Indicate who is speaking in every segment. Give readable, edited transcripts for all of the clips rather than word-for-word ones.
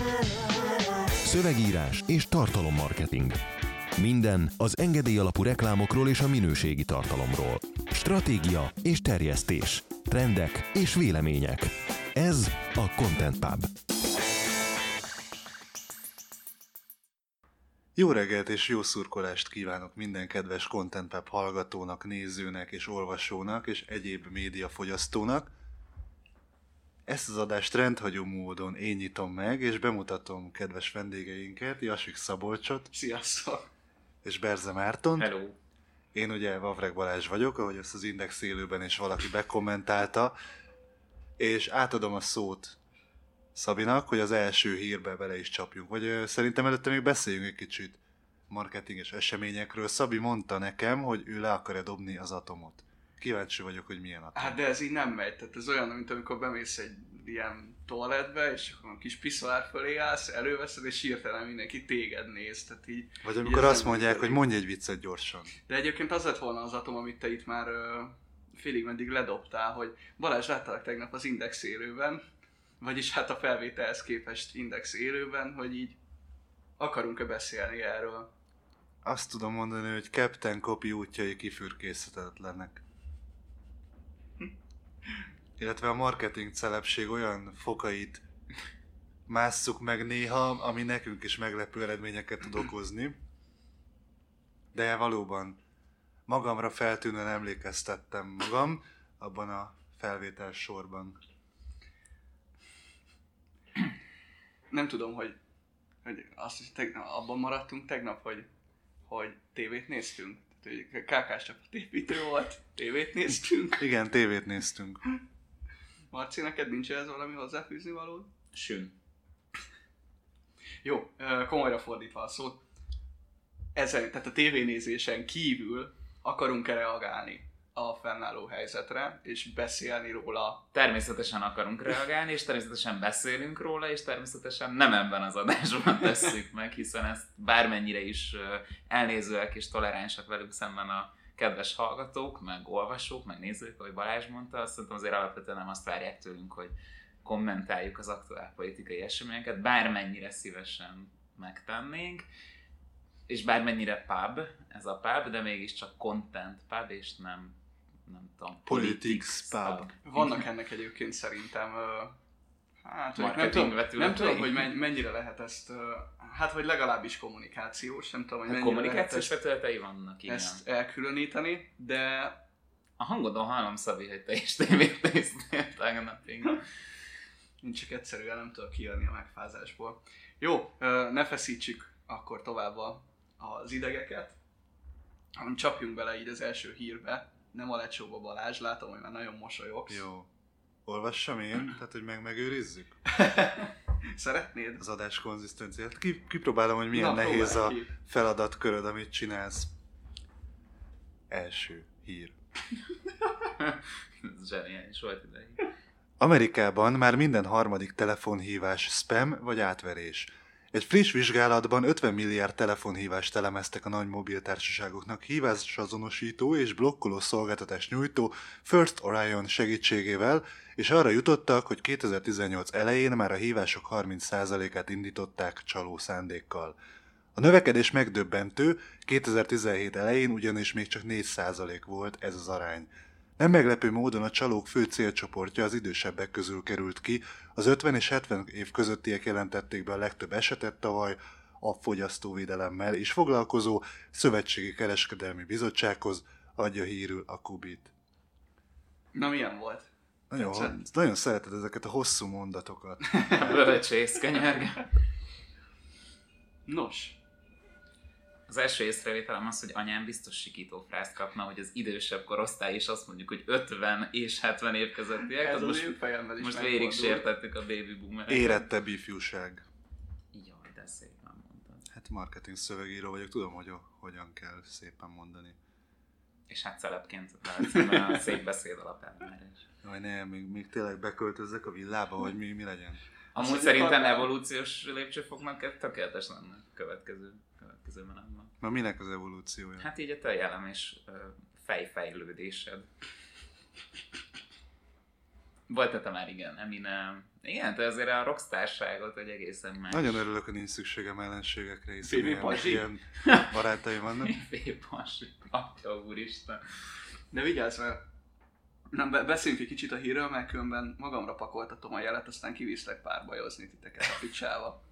Speaker 1: Szövegírás és tartalommarketing. Minden az engedély alapú reklámokról és a minőségi tartalomról. Stratégia és terjesztés. Trendek és vélemények. Ez a Content Pub.
Speaker 2: Jó reggelt és jó szurkolást kívánok minden kedves Content Pub hallgatónak, nézőnek és olvasónak és egyéb médiafogyasztónak. Ezt az adást rendhagyó módon én nyitom meg, és bemutatom kedves vendégeinket, Jasik Szabolcsot.
Speaker 3: Sziasztok!
Speaker 2: És Berze Mártont.
Speaker 4: Hello!
Speaker 2: Én ugye Vavreg Balázs vagyok, ahogy ezt az Index élőben is valaki bekommentálta, és átadom a szót Szabinak, hogy az első hírbe bele is csapjunk. Vagy szerintem előtte még beszéljünk egy kicsit marketinges eseményekről. Szabi mondta nekem, hogy ő le akarja dobni az Atomot. Kíváncsi vagyok, hogy milyen Atom.
Speaker 3: Hát de ez így nem megy, tehát ez olyan, mint amikor bemész egy ilyen toalettbe, és akkor a kis piszolár fölé állsz, előveszed, és hirtelen mindenki téged néz. Tehát így,
Speaker 2: vagy amikor azt mondják, hogy mondj egy viccet gyorsan.
Speaker 3: De egyébként az lett volna az Atom, amit te itt már félig meddig ledobtál, hogy Balázs, láttalak tegnap az Index élőben, vagyis hát a felvételhez képest Index élőben, hogy így akarunk-e beszélni erről.
Speaker 2: Azt tudom mondani, hogy Captain Copy útjai kifürkészhetetlenek. Illetve a marketing celebség olyan fokait másszuk meg néha, ami nekünk is meglepő eredményeket tud okozni. De valóban magamra feltűnően emlékeztettem magam abban a felvétel sorban.
Speaker 3: Nem tudom, hogy azt is abban maradtunk tegnap, hogy tévét néztünk. Tehát, hogy KK-s csapatépítő volt, tévét néztünk.
Speaker 2: Igen, tévét néztünk.
Speaker 3: Marci, neked nincs ez valami hozzáfűzni valód?
Speaker 4: Sőn.
Speaker 3: Jó, komolyra fordítva a szót. Ezen, tehát a tévénézésen kívül akarunk-e reagálni a fennálló helyzetre, és beszélni róla?
Speaker 4: Természetesen akarunk reagálni, és természetesen beszélünk róla, és természetesen nem ebben az adásban tesszük meg, hiszen ezt bármennyire is elnézőek és toleránsak velük szemben a kedves hallgatók, meg olvasók, meg nézők, ahogy Balázs mondta, azt szerintem azért alapvetően nem azt várják tőlünk, hogy kommentáljuk az aktuál politikai eseményeket, bármennyire szívesen megtennénk, és bármennyire pub, ez a pub, de mégiscsak content pub, és nem tudom,
Speaker 2: politics pub.
Speaker 3: Vannak ennek egyébként szerintem, hát nem tudom, hogy mennyire lehet ezt, hát hogy legalábbis kommunikációs, nem tudom, hogy mennyire
Speaker 4: kommunikációs vetületei vannak, igen.
Speaker 3: Ezt elkülöníteni, de...
Speaker 4: A hangodon hallom, Szabi, hogy te is tévét néztél tegnapig.
Speaker 3: Nincs, csak egyszerűen nem tudok kijönni a megfázásból. Jó, ne feszítsük akkor tovább az idegeket, hanem csapjunk bele így az első hírbe. Nem a lecsóba, Balázs, látom, hogy már nagyon mosolyogsz.
Speaker 2: Jó. Olvassam én? Tehát, hogy megőrizzük?
Speaker 3: Szeretnéd?
Speaker 2: Az adás konzisztenciát. Kipróbálom, hogy milyen nehéz a feladatköröd, amit csinálsz. Első hír.
Speaker 4: Ez zseniális volt ideig.
Speaker 2: Amerikában már minden harmadik telefonhívás spam vagy átverés. Egy friss vizsgálatban 50 milliárd telefonhívást elemeztek a nagy mobiltársaságoknak hívásazonosító és blokkoló szolgáltatás nyújtó First Orion segítségével, és arra jutottak, hogy 2018 elején már a hívások 30%-át indították csaló szándékkal. A növekedés megdöbbentő, 2017 elején ugyanis még csak 4% volt ez az arány. Nem meglepő módon a csalók fő célcsoportja az idősebbek közül került ki, az 50 és 70 év közöttiek jelentették be a legtöbb esetet tavaly a fogyasztóvédelemmel és foglalkozó Szövetségi Kereskedelmi Bizottsághoz adja hírül a Kubit.
Speaker 3: Na, milyen volt?
Speaker 2: Nagyon szereted ezeket a hosszú mondatokat.
Speaker 4: Bölcsész, könyörge.
Speaker 3: Nos.
Speaker 4: Az első észrevételem az, hogy anyám biztos sikító frászt kapna, hogy az idősebb korosztály is azt mondjuk, hogy 50 és 70 év közöttiek.
Speaker 3: Ez az én fejemmel is
Speaker 4: most végig sértettük a baby boomereket.
Speaker 2: Érettebb ifjúság.
Speaker 4: Jaj, de szépen mondtad.
Speaker 2: Hát marketing szövegíró vagyok, tudom, hogy hogyan kell szépen mondani.
Speaker 4: És hát celebként lehet a szép beszéd alapján már is.
Speaker 2: Jaj, nem, még tényleg beköltözzek a villába, vagy mi legyen?
Speaker 4: Amúgy szerintem evolúciós lépcsőfoknak tökéletes lenne a következő menetben.
Speaker 2: Na minek az evolúciója?
Speaker 4: Hát így a te jellem és fejfejlődésed. Volt-e már igen, Eminem. Igen, te azért a rockstárságot, hogy egészen más.
Speaker 2: Nagyon örülök, hogy nincs szükségem ellenségekre, hiszen ilyen barátaim vannak.
Speaker 4: Fépasi, atya úristen.
Speaker 3: De vigyázz, mert nem, beszéljünk egy kicsit a hírről, mert különben magamra pakoltatom a jelet, aztán kiviszlek párbajozni titeket a picsába.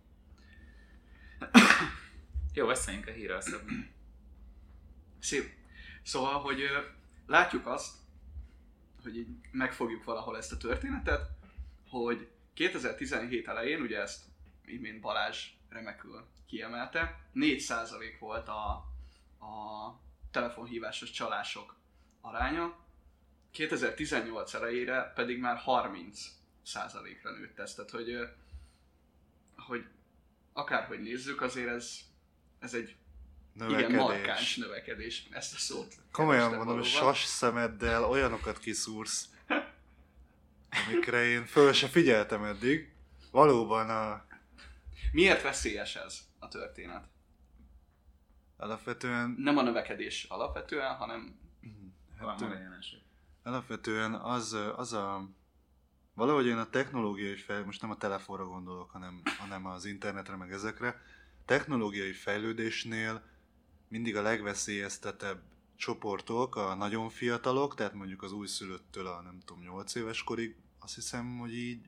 Speaker 4: Jó, beszéljünk a hírről, Szabni.
Speaker 3: Szép. Szóval, hogy látjuk azt, hogy így megfogjuk valahol ezt a történetet, hogy 2017 elején, ugye ezt imént Balázs remekül kiemelte, 4% volt a telefonhívásos csalások aránya, 2018 elejére pedig már 30%-ra nőtt ez. Tehát, hogy akárhogy nézzük, azért ez egy igen markáns növekedés, ezt a szót.
Speaker 2: Komolyan mondom, sas szemeddel olyanokat kiszúrsz, amikre én föl se figyeltem eddig. Valóban
Speaker 3: Miért veszélyes ez a történet?
Speaker 2: Alapvetően...
Speaker 3: Nem a növekedés alapvetően, hanem...
Speaker 2: Alapvetően az a... Valahogy én a technológiai most nem a telefonra gondolok, hanem az internetre, meg ezekre. Technológiai fejlődésnél mindig a legveszélyeztetebb csoportok a nagyon fiatalok, tehát mondjuk az újszülöttől a nem tudom 8 éves korig, azt hiszem, hogy így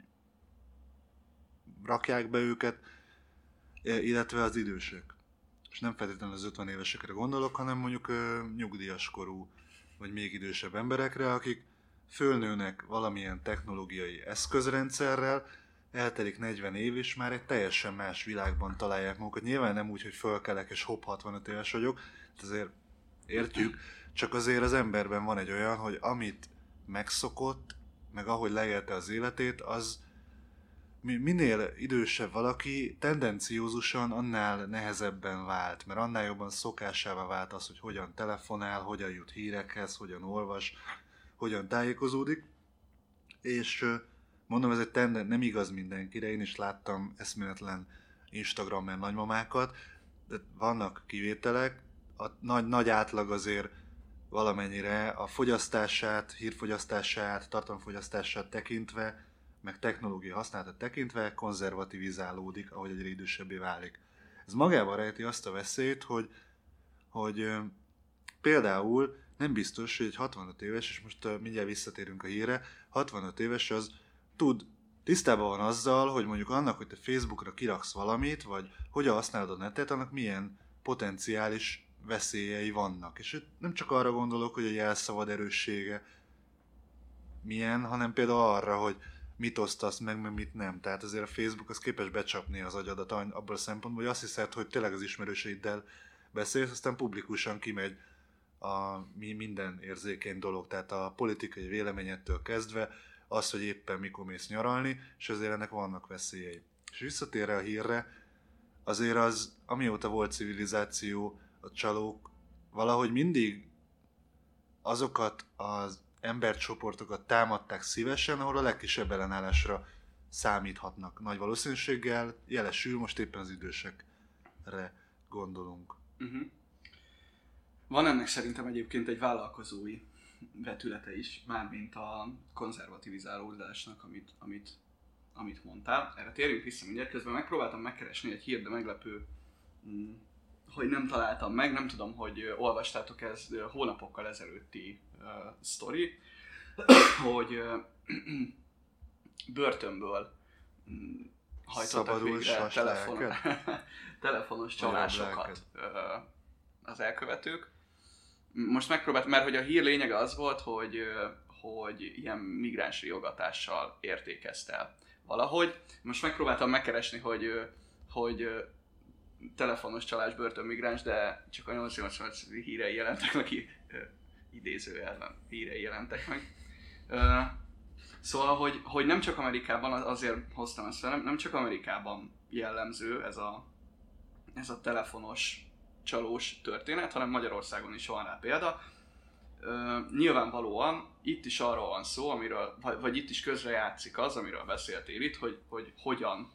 Speaker 2: rakják be őket, illetve az idősek. És nem feltétlenül az 50 évesekre gondolok, hanem mondjuk nyugdíjas korú, vagy még idősebb emberekre, akik fölnőnek valamilyen technológiai eszközrendszerrel, eltelik 40 év, és már egy teljesen más világban találják magukat. Nyilván nem úgy, hogy fölkelek és hopp 65 éves vagyok, azért értjük, csak azért az emberben van egy olyan, hogy amit megszokott, meg ahogy leélte az életét, az minél idősebb valaki, tendenciózusan annál nehezebben vált, mert annál jobban szokásává vált az, hogy hogyan telefonál, hogyan jut hírekhez, hogyan olvas, hogyan tájékozódik, és mondom, ez egy nem igaz mindenkire, én is láttam eszméletlen Instagrammer nagymamákat, de vannak kivételek, a nagy átlag azért valamennyire a fogyasztását, hírfogyasztását, tartalomfogyasztását tekintve, meg technológia használatát tekintve konzervativizálódik, ahogy egyre idősebbé válik. Ez magában rejti azt a veszélyt, hogy például nem biztos, hogy egy 65 éves, és most mindjárt visszatérünk a hírre, 65 éves az tisztában van azzal, hogy mondjuk annak, hogy te Facebookra kiraksz valamit, vagy hogyan használod a netet, annak milyen potenciális veszélyei vannak. És nem csak arra gondolok, hogy a jelszavad erőssége milyen, hanem például arra, hogy mit osztasz meg mit nem. Tehát azért a Facebook az képes becsapni az agyadat abban a szempontból, hogy azt hiszed, hogy tényleg az ismerőseiddel beszélsz, aztán publikusan kimegy minden érzékeny dolog, tehát a politikai véleményettől kezdve az, hogy éppen mikor mész nyaralni, és azért ennek vannak veszélyei. És visszatérve a hírre, azért az, amióta volt civilizáció, a csalók valahogy mindig azokat az embercsoportokat támadták szívesen, ahol a legkisebb ellenállásra számíthatnak. Nagy valószínűséggel jelesül, most éppen az idősekre gondolunk.
Speaker 3: Uh-huh. Van ennek szerintem egyébként egy vállalkozói vetülete is, mármint a konzervativizálódásnak, amit mondtál. Erre térjünk vissza mindjárt, közben megpróbáltam megkeresni egy hír, de meglepő, hogy nem találtam meg, nem tudom, hogy olvastátok, ez hónapokkal ezelőtti sztori, hogy börtönből hajtottak végre telefonos csalásokat az elkövetők. Most megpróbáltam, mert hogy a hír lényege az volt, hogy ilyen migráns riogatással értékezte el valahogy. Most megpróbáltam megkeresni, hogy telefonos csalás börtönmigráns, de csak a 88 hírei jelentek meg, idézőjelben hírei jelentek meg. Szóval, hogy nem csak Amerikában, azért hoztam ezt fel, nem csak Amerikában jellemző ez a telefonos csalós történet, hanem Magyarországon is van rá példa. Nyilvánvalóan itt is arról van szó, vagy itt is közrejátszik az, amiről beszéltél itt, hogy hogyan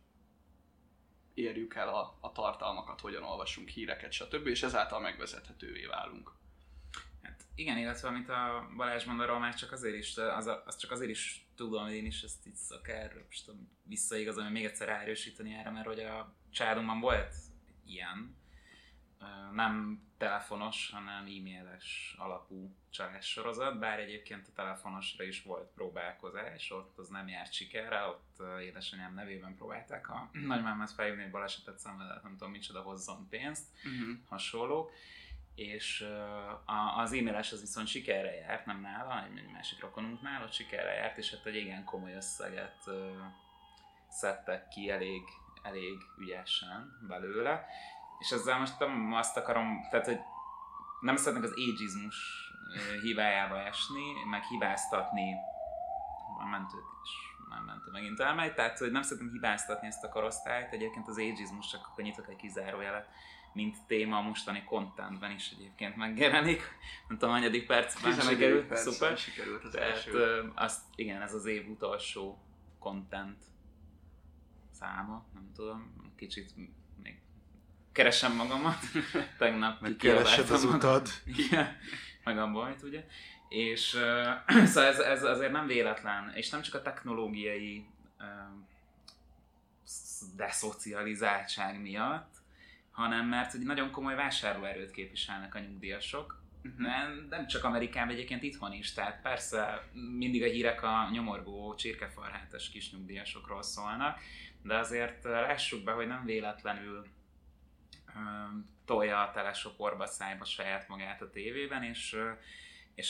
Speaker 3: érjük el a tartalmakat, hogyan olvasunk híreket, stb. És ezáltal megvezethetővé válunk.
Speaker 4: Hát Igen, illetve amit a Balázs mond, arról már csak azért is, az csak azért is tudom, hogy én is ezt így akár visszaigazolni, még egyszer ráerősíteni erre, mert hogy a családomban volt ilyen, nem telefonos, hanem e-mailes alapú csalás sorozat, bár egyébként a telefonosra is volt próbálkozás, ott az nem járt sikerrel, ott édesanyám nevében próbálták a nagymámát felhívni, hogy balesetet szenvedett, nem tudom micsoda, hozzon pénzt, hasonlók. És az e-mailes az viszont sikerre járt, nem nála, egy másik rokonunknál, ott sikerre járt, és hát egy igen komoly összeget szedtek ki elég ügyesen belőle. És ezzel most nem azt akarom, tehát hogy nem szeretnék az ageizmus hibájába esni, meg hibáztatni a mentőt is, már mentő megint elmegy, tehát hogy nem szeretném hibáztatni ezt a korosztályt, egyébként az ageizmus, csak akkor nyitok egy kizárójelet, mint téma a mostani contentben is egyébként megjelenik. Nem tudom, hanyadik percben sikerült. Szuper.
Speaker 3: Sikerült az
Speaker 4: tehát,
Speaker 3: első.
Speaker 4: igen, ez az év utolsó content száma, nem tudom, kicsit még keresem magamat. Tegnap
Speaker 2: megkeresed az utad.
Speaker 4: Igen, meg a bajt, ugye. És szóval ez azért nem véletlen, és nem csak a technológiai deszocializáltság miatt, hanem mert hogy nagyon komoly vásárlóerőt képviselnek a nyugdíjasok. Nem csak Amerikában, egyébként itthon is, tehát persze mindig a hírek a nyomorgó, csirkefarhátas kis nyugdíjasokról szólnak, de azért lássuk be, hogy nem véletlenül tolja a telesoporba szájba saját magát a tévében, és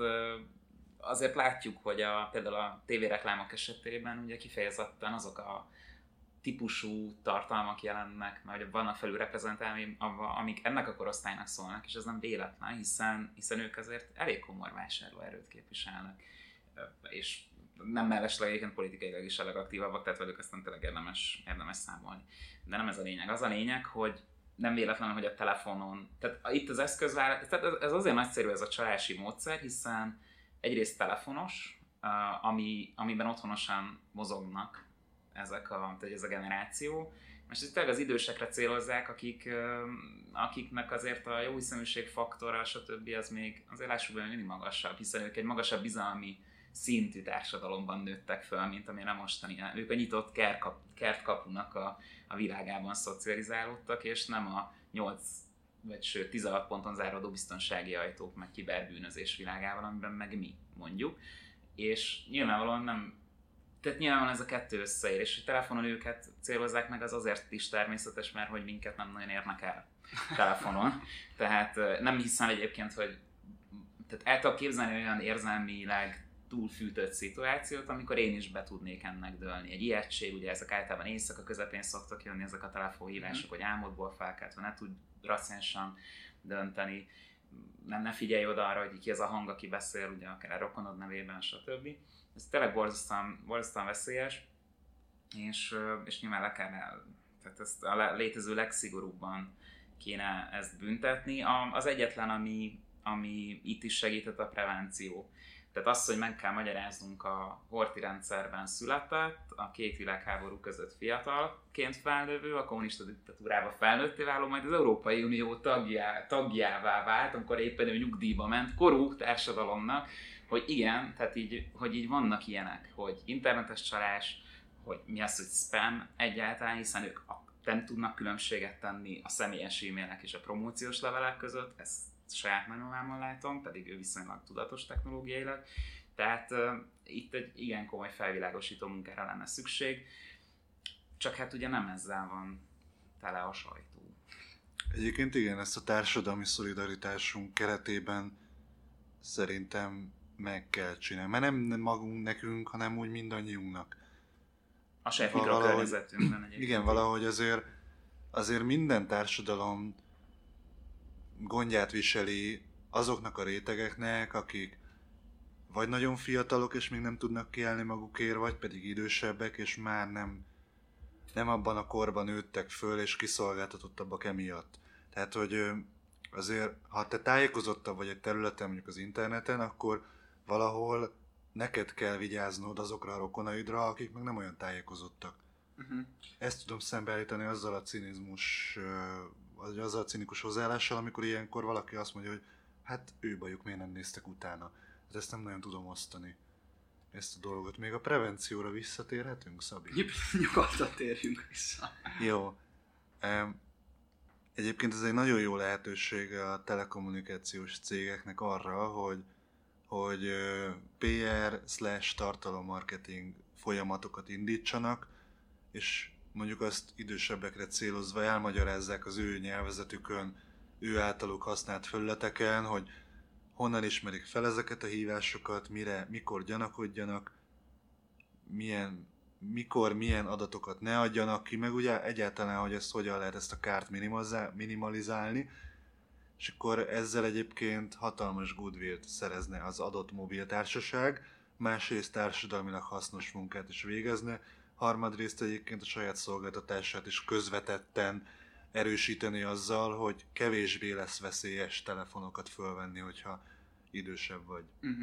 Speaker 4: azért látjuk, hogy például a tévéreklámok esetében ugye kifejezetten azok a típusú tartalmak jelennek, mert vannak felül reprezentálni, amik ennek a korosztálynak szólnak, és ez nem véletlen, hiszen ők azért elég komoly vásárlóerőt képviselnek, és nem mellesleg egyébként politikailag is a legaktívabbak, tehát velük aztán tényleg érdemes számolni. De nem ez a lényeg. Az a lényeg, hogy nem véletlen, hogy a telefonon, tehát itt az tehát ez azért nagyszerű ez a csalási módszer, hiszen egyrészt telefonos, amiben otthonosan mozognak ez a generáció. Most itt tényleg az idősekre célozzák, akiknek azért a jóhiszeműség faktora, stb. Az még azért lássuk be, mindig magasabb, hiszen ők egy magasabb bizalmi szintű társadalomban nőttek föl, mint amilyen a mostani. Ők a nyitott kertkapunak a világában szocializálódtak, és nem a 8 vagy sőt 16 ponton záródó biztonsági ajtók, meg kiberbűnözés világában, amiben meg mi mondjuk. És nyilvánvalóan nem, tehát nyilvánvalóan ez a kettő összeér, és hogy telefonon őket célozzák meg, az azért is természetes, mert hogy minket nem nagyon érnek el telefonon. Tehát nem hiszem egyébként, hogy tehát el tudok képzelni olyan érzelmileg túlfűtött szituációt, amikor én is be tudnék ennek dőlni. Egy ijegység, ugye ezek általában éjszaka közepén szoktak jönni ezek a telefonhívások, hogy álmodból felkeltve ne tud racionálisan dönteni, ne figyelj oda arra, hogy ki az a hang, aki beszél, ugye akár a rokonod nevében, stb. Ez tényleg borzasztóan veszélyes, és nyilván le kell, tehát ezt a létező legszigorúbban kéne ezt büntetni. Az egyetlen, ami itt is segített, a prevenció. Tehát az, hogy meg kell magyaráznunk a horthy rendszerben született, a két világháború között fiatalként felnövő, a kommunista diktatúrába felnőtté váló, majd az Európai Unió tagjává vált, amikor éppen ő nyugdíjba ment, korú társadalomnak, hogy igen, tehát így vannak ilyenek, hogy internetes csalás, hogy mi az, hogy spam egyáltalán, hiszen ők nem tudnak különbséget tenni a személyes e-mailek és a promóciós levelek között, ezt saját nagymamámon látom, pedig ő viszonylag tudatos technológiailag. Tehát itt egy igen komoly felvilágosító munkára lenne szükség, csak hát ugye nem ezzel van tele a sajtó.
Speaker 2: Egyébként igen, ezt a társadalmi szolidaritásunk keretében szerintem meg kell csinálni. Mert nem magunk nekünk, hanem úgy mindannyiunknak.
Speaker 4: A saját mikrokörnyezetünkben egyébként.
Speaker 2: Igen, valahogy azért minden társadalom gondját viseli azoknak a rétegeknek, akik vagy nagyon fiatalok és még nem tudnak kiállni magukért, vagy pedig idősebbek és már nem abban a korban nőttek föl és kiszolgáltatottabbak emiatt. Tehát, hogy azért, ha te tájékozottabb vagy egy területen, mondjuk az interneten, akkor valahol neked kell vigyáznod azokra a rokonaidra, akik meg nem olyan tájékozottak. Ezt tudom szembeállítani azzal a cinikus hozzáállással, amikor ilyenkor valaki azt mondja, hogy hát ő bajuk, miért nem néztek utána. Hát ezt nem nagyon tudom osztani, ezt a dolgot. Még a prevencióra visszatérhetünk, Szabi?
Speaker 3: Nyugodtan térjünk vissza.
Speaker 2: Jó. Egyébként ez egy nagyon jó lehetőség a telekommunikációs cégeknek arra, hogy PR/tartalommarketing folyamatokat indítsanak, és mondjuk azt idősebbekre célozva elmagyarázzák az ő nyelvezetükön, ő általuk használt felületeken, hogy honnan ismerik fel ezeket a hívásokat, mikor gyanakodjanak, milyen adatokat ne adjanak ki, meg ugye egyáltalán, hogy ezt hogyan lehet ezt a kárt minimalizálni, és akkor ezzel egyébként hatalmas goodwill-t szerezne az adott mobiltársaság, másrészt társadalmilag hasznos munkát is végezne, harmadrészt egyébként a saját szolgáltatását is közvetetten erősíteni azzal, hogy kevésbé lesz veszélyes telefonokat fölvenni, hogyha idősebb vagy.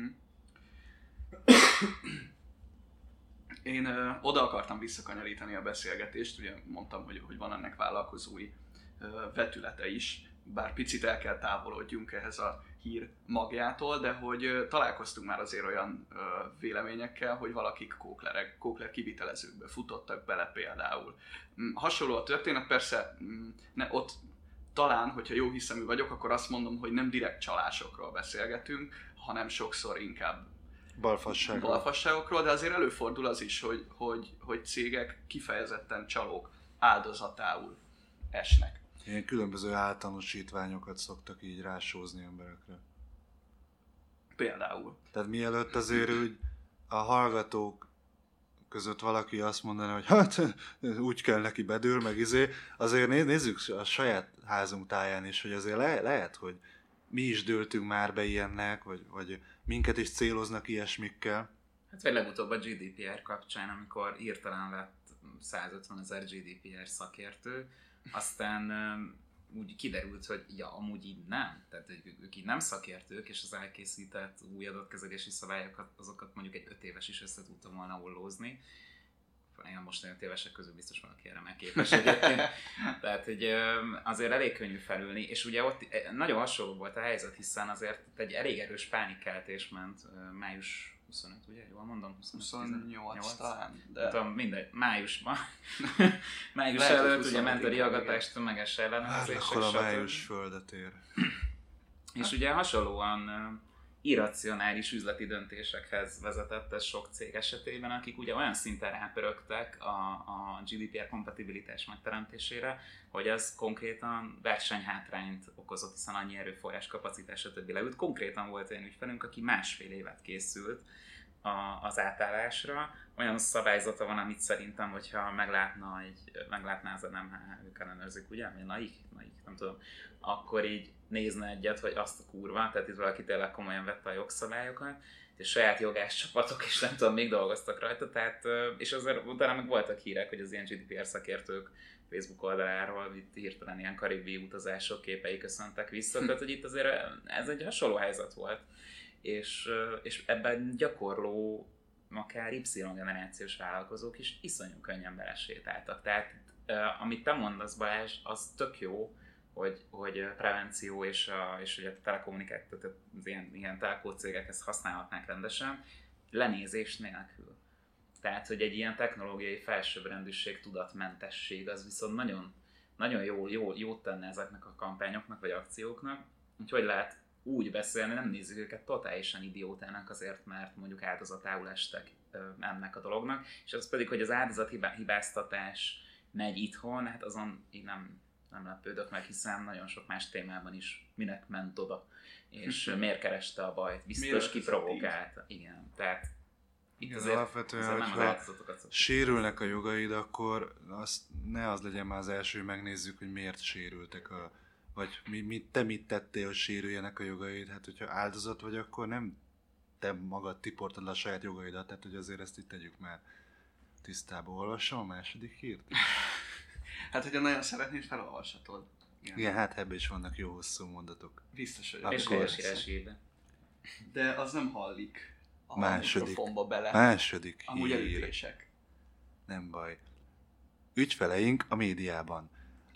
Speaker 3: Én oda akartam visszakanyarítani a beszélgetést, ugye mondtam, hogy van ennek vállalkozói vetülete is, bár picit el kell távolodjunk ehhez a hír magjától, de hogy találkoztunk már azért olyan véleményekkel, hogy valakik kókler kivitelezőkbe futottak bele például. Hasonló a történet, persze ott talán, hogyha jó hiszemű vagyok, akkor azt mondom, hogy nem direkt csalásokról beszélgetünk, hanem sokszor inkább balfasságokról, de azért előfordul az is, hogy cégek kifejezetten csalók áldozatául esnek.
Speaker 2: Ilyen különböző általánosítványokat szoktak így rásózni emberekre.
Speaker 3: Például.
Speaker 2: Tehát mielőtt azért úgy a hallgatók között valaki azt mondaná, hogy hát úgy kell neki bedől, meg azért nézzük a saját házunk táján is, hogy azért lehet, hogy mi is dőltünk már be ilyennek, vagy minket is céloznak ilyesmikkel.
Speaker 4: Hát vagy legutóbb a GDPR kapcsán, amikor hirtelen lett 150 000 GDPR szakértő, aztán úgy kiderült, hogy amúgy így nem. Tehát ők így nem szakértők, és az elkészített új adatkezelési szabályokat, azokat mondjuk egy 5 éves is össze tudta volna ollózni. Ilyen most 5 évesek közül biztos valaki erre már képes egyébként. Tehát hogy azért elég könnyű felülni, és ugye ott nagyon hasonló volt a helyzet, hiszen azért egy elég erős pánikkeltés ment május 25, ugye? Jól mondom?
Speaker 3: 28 talán. De...
Speaker 4: Tudom, mindegy, májusban. Május előtt ugye ment a riagatás, tömeges ellenőrzések,
Speaker 2: akkor a május földet ér.
Speaker 4: És ugye hasonlóan irracionális üzleti döntésekhez vezetett ez sok cég esetében, akik ugye olyan szinten rápörögtek a GDPR kompatibilitás megteremtésére, hogy ez konkrétan versenyhátrányt okozott, hiszen annyi erőforrás, kapacitás, stb. Leült. Konkrétan volt olyan ügyfelünk, aki 1,5 évet készült az átállásra. Olyan szabályzata van, amit szerintem, hogyha meglátná az nem ők ellenőrzik, ugye? Naik, nem tudom. Akkor így nézne egyet, hogy azt a kurva, tehát itt valaki tényleg komolyan vette a jogszabályokat, és saját jogász csapatok, és nem tudom, még dolgoztak rajta, tehát, és azért utána meg voltak hírek, hogy az ilyen GDPR szakértők Facebook oldaláról itt hirtelen ilyen karibi utazások képei köszöntek vissza, tehát hogy itt azért ez egy hasonló helyzet volt, és ebben gyakorló, akár Y-generációs vállalkozók is iszonyú könnyen belesétáltak, tehát amit te mondasz, Balázs, az tök jó, hogy prevenció és hogy a telekommunikáció, tehát az ilyen telkó cégek ezt használhatnák rendesen, lenézés nélkül. Tehát, hogy egy ilyen technológiai felsőbbrendűség, tudatmentesség, az viszont nagyon, nagyon jót tenne ezeknek a kampányoknak vagy akcióknak. Úgyhogy lehet úgy beszélni, nem nézzük őket totálisan idiótának azért, mert mondjuk áldozatául estek ennek a dolognak, és az pedig, hogy az áldozathibáztatás megy itthon, hát azon így nem lepődök meg, hiszen nagyon sok más témában is minek ment oda, és miért kereste a bajt, biztos kiprovokálta. Igen, tehát
Speaker 2: itt azért alapvetően, hogyha sérülnek a jogaid, akkor ne az legyen már az első, hogy megnézzük, hogy miért sérültek, vagy mit tettél, hogy sérüljenek a jogaid. Hát, hogyha áldozat vagy, akkor nem te magad tiportad a saját jogaidat, tehát hogy azért ezt itt tegyük már tisztába. Olvassam a második hírt is?
Speaker 3: Hát, hogyha nagyon szeretnéd, felolvashatod.
Speaker 2: Igen, hát ebben is vannak jó hosszú mondatok.
Speaker 3: Biztos, hogy
Speaker 4: és hírben.
Speaker 3: De az nem hallik a
Speaker 2: mikrofonba
Speaker 3: bele.
Speaker 2: Második
Speaker 3: amúgy elütések.
Speaker 2: Nem baj. Ügyfeleink a médiában.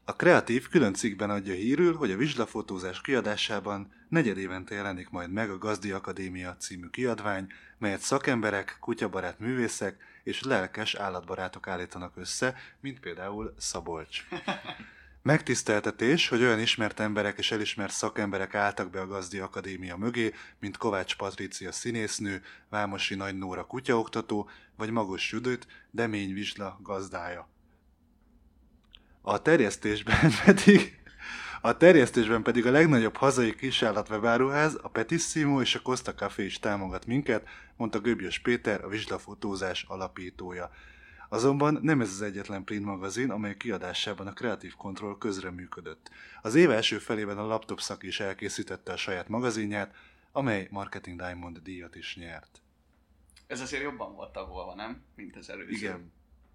Speaker 2: A Kreatív külön cikkben adja hírül, hogy a vizslafotózás kiadásában negyedévente jelenik majd meg a Gazdi Akadémia című kiadvány, melyet szakemberek, kutyabarát művészek és lelkes állatbarátok állítanak össze, mint például Szabolcs. Megtiszteltetés, hogy olyan ismert emberek és elismert szakemberek álltak be a Gazdi Akadémia mögé, mint Kovács Patrícia színésznő, Vámosi Nagy Nóra kutyaoktató, vagy Magos Judit, Demény Vizsla gazdája. A terjesztésben pedig a legnagyobb hazai kisállatwebáruház, a Petissimo és a Costa Café is támogat minket, mondta Göbjös Péter, a vizslafotózás alapítója. Azonban nem ez az egyetlen print magazin, amely kiadásában a Creative Control közreműködött. Az év első felében a Laptop Szak is elkészítette a saját magazinját, amely Marketing Diamond díjat is nyert.
Speaker 3: Ez azért jobban volt tagolva, nem? Mint az előző.
Speaker 2: Igen.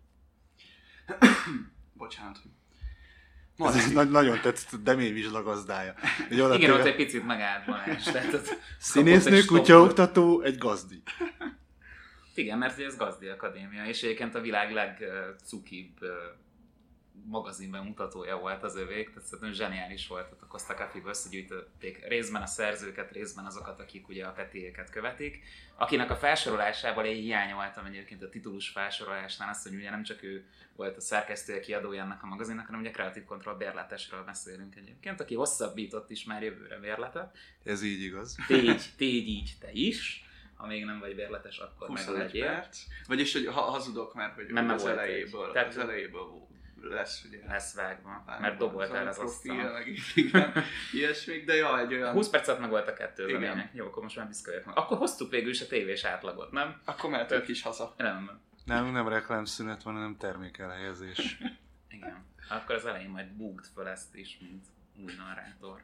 Speaker 3: Bocsánat.
Speaker 2: Ez nagyon tetszett, Demény Vizsla gazdája.
Speaker 4: Igen, ott egy picit megállt Balázs.
Speaker 2: Színésznő, kutyaoktató, egy gazdi.
Speaker 4: Igen, mert ez Gazdi Akadémia, és egyébként a világ legcukibb magazinbemutatója volt az övék, tehát szerintem zseniális volt, a Costa Caféba összegyűjtötték részben a szerzőket, részben azokat, akik ugye a Petiéket követik, akinek a felsorolásával én hiányoltam egyébként a titulus felsorolásnál azt, hogy ugye nem csak ő volt a szerkesztője, kiadója ennek a magazinnak, hanem ugye Creative Control bérletesről beszélünk egyébként, aki hosszabbított is már jövőre bérletet.
Speaker 2: Ez így igaz.
Speaker 4: Tégy így te is. Ha még nem vagy bérletes, akkor meg legyél.
Speaker 3: Vagyis, hogy hazudok, mert hogy
Speaker 4: nem
Speaker 3: az elejéből lesz ugye.
Speaker 4: Lesz vágva, mert doboltál az asztal.
Speaker 3: Igen, ilyesmik, de jó, egy olyan...
Speaker 4: 20 percet meg volt a kettő lényeg. Jó, akkor most már büszke meg. Akkor hoztuk végül is a tévés átlagot, nem?
Speaker 3: Akkor mehetünk is haza.
Speaker 2: Nem reklámszünet van, hanem termékelhelyezés.
Speaker 4: Igen. Akkor az elején majd búgd fel ezt is, mint új narrátor.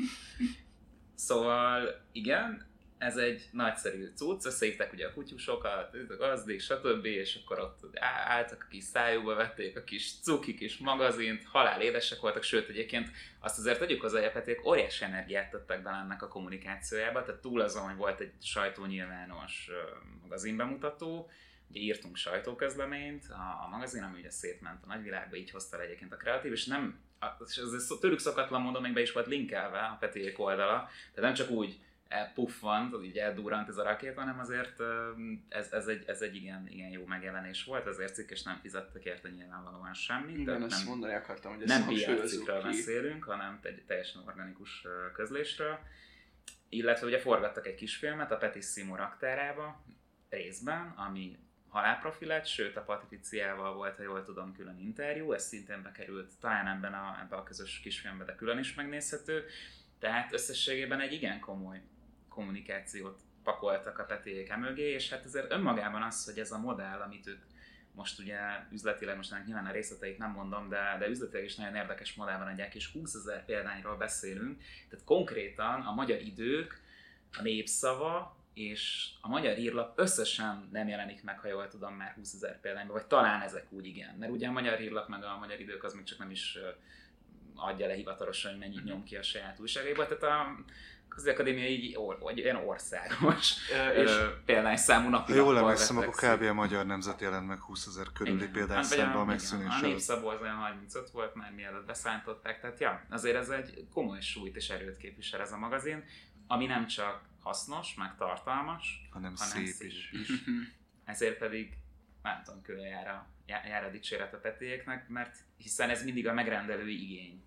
Speaker 4: Szóval, igen, ez egy nagyszerű cucc, összehívták ugye a kutyusokat, a gazdik, stb. És akkor ott álltak a kis szájukba, vették a kis cuki kis magazint, halál édesek voltak, sőt egyébként azt azért tegyük hozzá, hogy a Petiék óriási energiát tettek bele ennek a kommunikációjába, tehát túl azon, hogy volt egy sajtónyilvános magazinbemutató, ugye írtunk sajtóközleményt, a magazin, ami ugye szétment a nagyvilágba, így hozta le egyébként a Kreatív, és nem, ez tőlük szokatlan módon még be is volt linkelve a Petiék oldala, tehát nem csak úgy elpuffant, így eldurrant ez a rakéta, hanem azért ez egy igen jó megjelenés volt, azért cikk, és nem fizettek érte nyilvánvalóan semmit.
Speaker 3: Igen, ezt mondani akartam, hogy
Speaker 4: nem PR cikkről beszélünk, hanem egy teljesen organikus közlésről. Illetve ugye forgattak egy kisfilmet a Petissimo raktárába, részben, ami halálprofi lett, sőt a Patriciával volt, ha jól tudom, külön interjú, ez szintén bekerült talán ebben a közös kisfilmben, de külön is megnézhető. Tehát összességében egy igen komoly kommunikációt pakoltak a Petiék emögé, és hát ezért önmagában az, hogy ez a modell, amit ők most ugye üzletileg, most nyilván a részleteit nem mondom, de üzletileg is nagyon érdekes modellben adják, és 20 000 példányról beszélünk, tehát konkrétan a Magyar Idők, a Népszava és a Magyar Hírlap összesen nem jelenik meg, ha jól tudom, már 20 000 példányban, vagy talán ezek úgy igen, mert ugye a Magyar Hírlap meg a Magyar Idők az még csak nem is adja le hivatalosan, hogy mennyit nyom ki a saját újságaiba, tehát a Gazdi Akadémia így olyan országos példányszámú napi.
Speaker 2: Ha jól emlékszem, akkor kb. A Magyar Nemzet jelent meg 20 000 körüli példányszámban a megszűnéssel.
Speaker 4: A Népszabó az olyan 35 volt már, mielőtt beszántották, tehát ja, azért ez egy komoly súlyt és erőt képvisel ez a magazin, ami nem csak hasznos, meg tartalmas,
Speaker 2: hanem szép is.
Speaker 4: Ezért pedig nem tudom, külön jár a dicséret a Petiéknek, mert hiszen ez mindig a megrendelői igény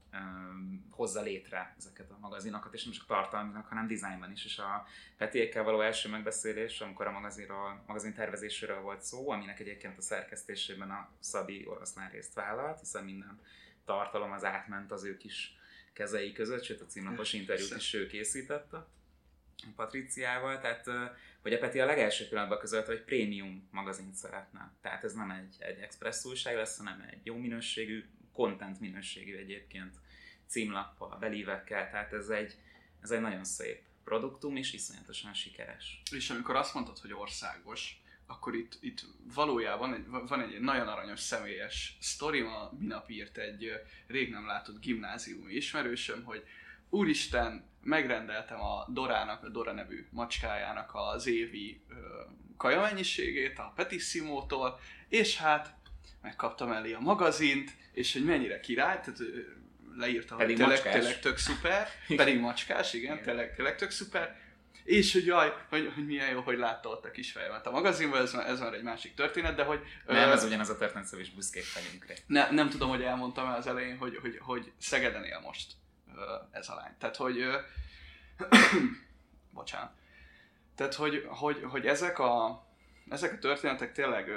Speaker 4: hozza létre ezeket a magazinokat, és nem csak tartalminak, hanem dizájnban is. És a Petiékkel való első megbeszélés, amikor a magazin tervezéséről volt szó, aminek egyébként a szerkesztésében a Szabi Oroszlán részt vállalt, hiszen minden tartalom az átment az ő kis kezei között, sőt a címlapos interjút is ő készítette a Patriciával, tehát hogy a Peti a legelső pillanatban közölte, hogy prémium magazint szeretne. Tehát ez nem egy express újság lesz, hanem egy jó minőségű, content minőségű egyébként címlappal, belívekkel, tehát ez egy nagyon szép produktum, és iszonyatosan sikeres.
Speaker 3: És amikor azt mondtad, hogy országos, akkor itt valójában van egy nagyon aranyos személyes sztori, minap írt egy rég nem látott gimnáziumi ismerősöm, hogy úristen, megrendeltem a Dorának, a Dora nevű macskájának az évi kajamennyiségét a Petissimótól, és hát megkaptam elé a magazint, és hogy mennyire király, tehát leírta, hogy tényleg tök szuper, pedig macskás, igen. Tényleg tök szuper, és hogy jaj, hogy milyen jó, hogy látta ott a kis fejemet a magazinban, ez már egy másik történet, de hogy...
Speaker 4: Nem, ez ugyanaz a történet, szóval is büszkék vagyunk rá.
Speaker 3: Nem tudom, hogy elmondtam el az elején, hogy Szegeden él most ez a lány. Tehát, hogy... bocsánat. Tehát, hogy ezek a történetek tényleg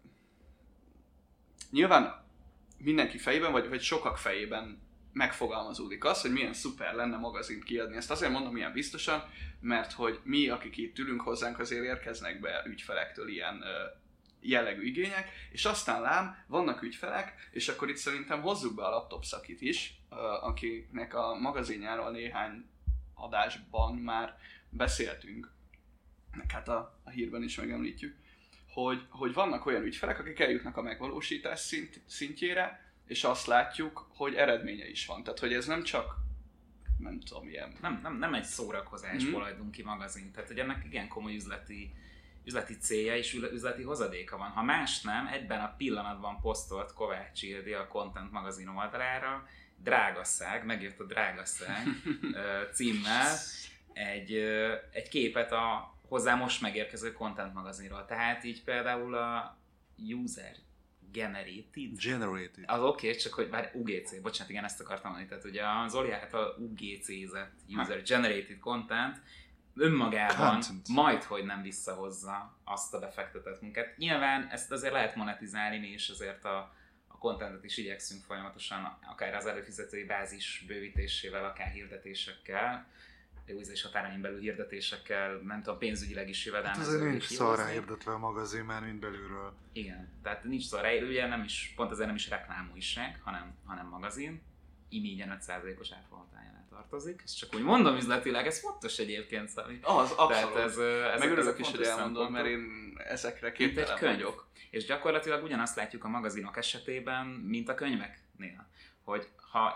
Speaker 3: nyilván mindenki fejében, vagy sokak fejében megfogalmazódik az, hogy milyen szuper lenne magazint kiadni. Ezt azért mondom ilyen biztosan, mert hogy mi, akik itt ülünk hozzánk, azért érkeznek be ügyfelektől ilyen jellegű igények, és aztán lám, vannak ügyfelek, és akkor itt szerintem hozzuk be a laptop szakit is, akinek a magazinjáról néhány adásban már beszéltünk, meg hát a hírben is megemlítjük, hogy vannak olyan ügyfelek, akik eljutnak a megvalósítás szintjére, és azt látjuk, hogy eredménye is van. Tehát, hogy ez nem csak, nem tudom, ilyen...
Speaker 4: Nem egy szórakozásból adunk ki magazint, tehát hogy ennek igen komoly üzleti célja és üzleti hozadéka van. Ha más nem, egyben a pillanatban posztolt Kovács Ildi a Content magazin oldalára, Drágaszág, megjött a Drágaszág címmel egy képet a hozzá most megérkező Content magazinról. Tehát így például a User Generated. Az oké, csak hogy bár UGC, bocsánat, igen, ezt akartam mondani. Tehát ugye az Zoli által UGC-zett User Generated Content önmagában majdhogy nem visszahozza azt a befektetett munkát. Nyilván ezt azért lehet monetizálni, mi is azért a contentet is igyekszünk folyamatosan, akár az előfizetői bázis bővítésével, akár hirdetésekkel, és határain belül hirdetésekkel, nem tudom, pénzügyileg is jövedelmezővé
Speaker 2: kihozni. Nincs szarrá hirdetve a magazin már, mint belülről.
Speaker 4: Igen, tehát nincs szarrá, ugye nem is, pont ezért nem is reklámújság, hanem magazin, imígyen 5%-os árfolyamhatáránál tartozik. Ezt csak úgy mondom üzletileg, ez fontos egyébként, Szali.
Speaker 3: Az, abszolút.
Speaker 4: Ez
Speaker 3: megörülök is, hogy elmondom, mert én ezekre képtelen vagyok.
Speaker 4: És gyakorlatilag ugyanazt látjuk a magazinok esetében, mint a könyveknél. Hogy ha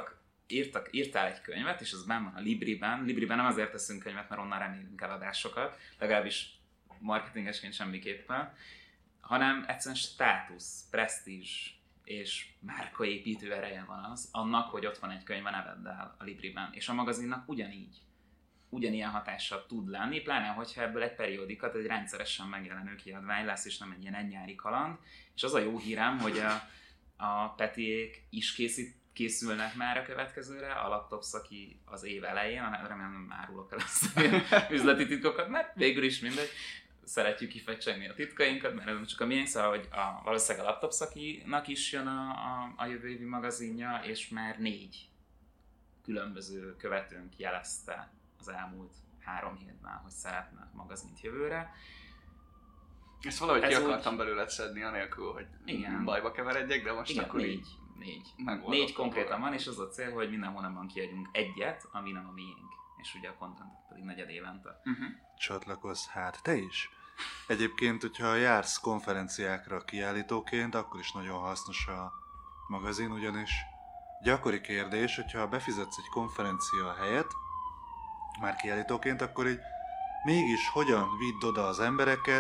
Speaker 4: írtál egy könyvet, és az benn van a Libriben nem azért teszünk könyvet, mert onnan remélünk eladásokat, legalábbis marketingesként semmiképpen, hanem egyszerűen státusz, presztízs és márkaépítő ereje van az, annak, hogy ott van egy könyv a neveddel a Libriben. És a magazinnak ugyanilyen hatással tud lenni, pláne hogyha ebből egy periódikat, egy rendszeresen megjelenő kiadvány lesz, és nem egy ilyen nyári kaland. És az a jó hírem, hogy a Petiék is készülnek már a következőre, a laptop szaki az év elején, remélem nem árulok el azt üzleti titkokat, mert végül is mindegy, szeretjük kifecsegni a titkainkat, mert ez csak a miénk, szóval, hogy valószínűleg a laptop szakinak is jön a jövő évi magazinja, és már 4 különböző követőnk jelezte az elmúlt 3 hétben, hogy szeretne magazint jövőre.
Speaker 3: Ezt valahogy ki akartam belőle szedni, anélkül, hogy igen, bajba keveredjek, de most igen, akkor
Speaker 4: 4 konkrétan van, és az a cél, hogy minden hónapban kiadjunk egyet, ami nem a miénk. És ugye a contentet pedig negyed évente.
Speaker 2: Csatlakozz hát te is. Egyébként, hogyha jársz konferenciákra kiállítóként, akkor is nagyon hasznos a magazin, ugyanis gyakori kérdés, hogyha befizetsz egy konferencia helyet, már kiállítóként, akkor így mégis hogyan vidd oda az embereket,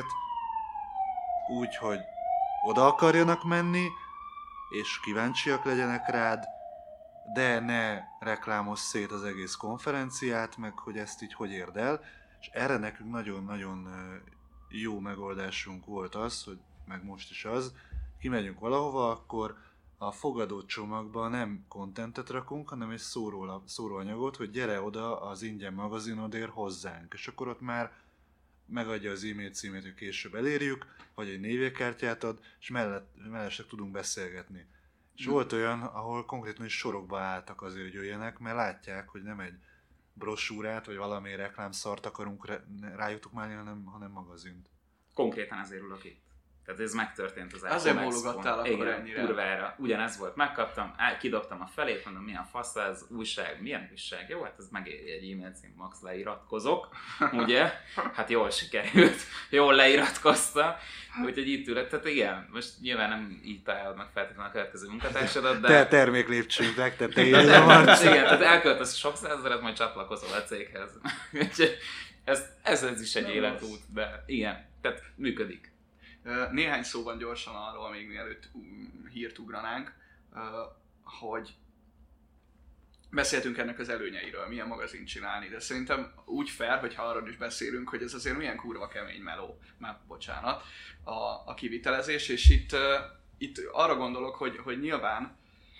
Speaker 2: úgy, hogy oda akarjanak menni, és kíváncsiak legyenek rád, de ne reklámozz szét az egész konferenciát, meg hogy ezt így hogy érd el. És erre nekünk nagyon-nagyon jó megoldásunk volt az, hogy meg most is az, kimegyünk valahova, akkor a fogadócsomagba nem contentet rakunk, hanem egy szóróanyagot, hogy gyere oda az ingyen magazinodért hozzánk. És akkor ott már megadja az e-mail címét, hogy később elérjük, vagy egy névjegykártyát ad, és mellesleg tudunk beszélgetni. És volt olyan, ahol konkrétan is sorokba álltak azért, hogy jöjjenek, mert látják, hogy nem egy brosúrát, vagy valami reklámszart akarunk rájuk tukmálni, hanem magazint.
Speaker 4: Konkrétan azért ülök itt. Tehát ez megtörtént az
Speaker 3: azért bólogattál akkor ennyire.
Speaker 4: Kurvára. Ugyanez volt, megkaptam, kidobtam a felét, mondom, milyen fasz ez, újság, milyen újság, jó, hát ez megéri egy e-mail cím, max leiratkozok, ugye? Hát jól sikerült, jól leiratkoztam, úgyhogy itt ülök, tehát igen, most nyilván nem így találod meg feltétlenül a következő munkatársadat, de...
Speaker 2: Te terméklépcsők legtetején van.
Speaker 4: Igen, tehát elköltesz sok százezeret, majd csatlakozol a céghez. ez is egy életút, de igen, tehát működik.
Speaker 3: Néhány szóban gyorsan arról, még mielőtt hírt ugranánk, hogy beszéltünk ennek az előnyeiről, milyen magazint csinálni, de szerintem úgy fair, hogyha arról is beszélünk, hogy ez azért milyen kurva kemény meló, már bocsánat, a kivitelezés, és itt arra gondolok, hogy nyilván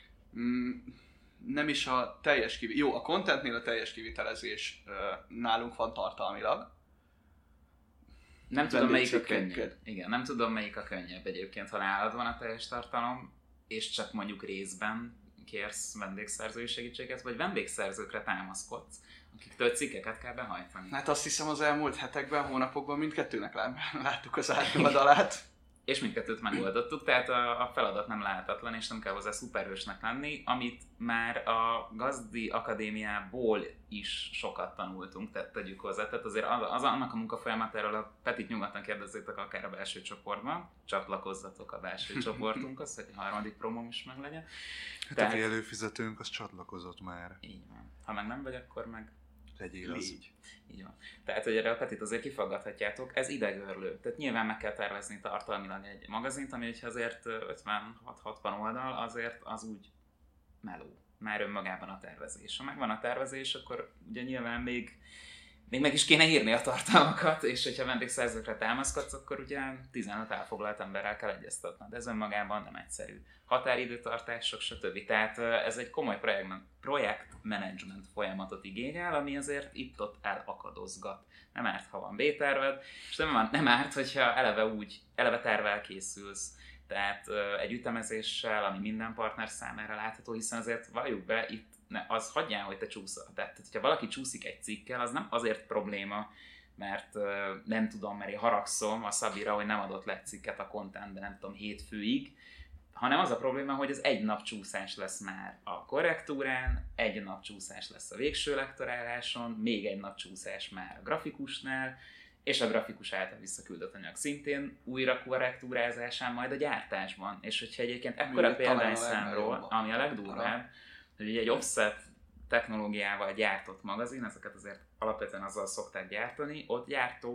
Speaker 3: nem is a teljes jó, a contentnél a teljes kivitelezés nálunk van tartalmilag.
Speaker 4: Nem tudom, melyik a könnyebb. Igen, nem tudom, melyik a könnyebb egyébként, ha nálad van a teljes tartalom, és csak mondjuk részben kérsz vendégszerzői segítséget, vagy vendégszerzőkre támaszkodsz, akiktől cikkeket kell behajtani.
Speaker 3: Hát azt hiszem az elmúlt hetekben, hónapokban mindkettőnek láttuk az árnyoldalát.
Speaker 4: És mindkettőt megoldottuk, tehát a feladat nem lehetetlen, és nem kell hozzá szuperhősnek lenni, amit már a Gazdi Akadémiából is sokat tanultunk, tehát tegyük hozzá. Tehát azért annak a munkafolyamatáról a Petit nyugodtan kérdezzétek akár a belső csoportban, csatlakozzatok a belső csoportunkhoz, hogy a harmadik promóm is meg legyen.
Speaker 2: Hát a előfizetőnk az csatlakozott már.
Speaker 4: Így van. Ha meg nem vagy, akkor meg
Speaker 2: legyél az.
Speaker 4: Így van. Tehát, hogy erre a Petit azért kifaggathatjátok, ez idegőrlő. Tehát nyilván meg kell tervezni tartalmilag egy magazint, ami hogyha azért 56-60 oldal, azért az úgy meló. Már önmagában a tervezés. Ha megvan a tervezés, akkor ugye nyilván még meg is kéne írni a tartalmakat, és hogyha vendégszerzőkre támaszkodsz, akkor ugye 15 elfoglalt emberrel kell egyeztetned. Ez önmagában nem egyszerű. Határidőtartások, stb. Tehát ez egy komoly projektmenedzsment folyamatot igényel, ami azért itt-ott elakadozgat. Nem árt, ha van B-terved, és nem árt, hogyha eleve tervvel készülsz. Tehát egy ütemezéssel, ami minden partner számára látható, hiszen azért valljuk be, itt az hagyján, hogy te csúszol. Tehát, hogyha valaki csúszik egy cikkel, az nem azért probléma, mert nem tudom, mert én haragszom a Szabira, hogy nem adott le cikket a contentben, nem tudom, hétfőig, hanem az a probléma, hogy az egy nap csúszás lesz már a korrektúrán, egy nap csúszás lesz a végső lektoráláson, még egy nap csúszás már a grafikusnál, és a grafikus által visszaküldött anyag szintén újra korrektúrázásán, majd a gyártásban. És hogyha egyébként ekkora példányszámról, ami a legdurvább, hogy ugye egy offset technológiával gyártott magazin, ezeket azért alapvetően azzal szokták gyártani, ott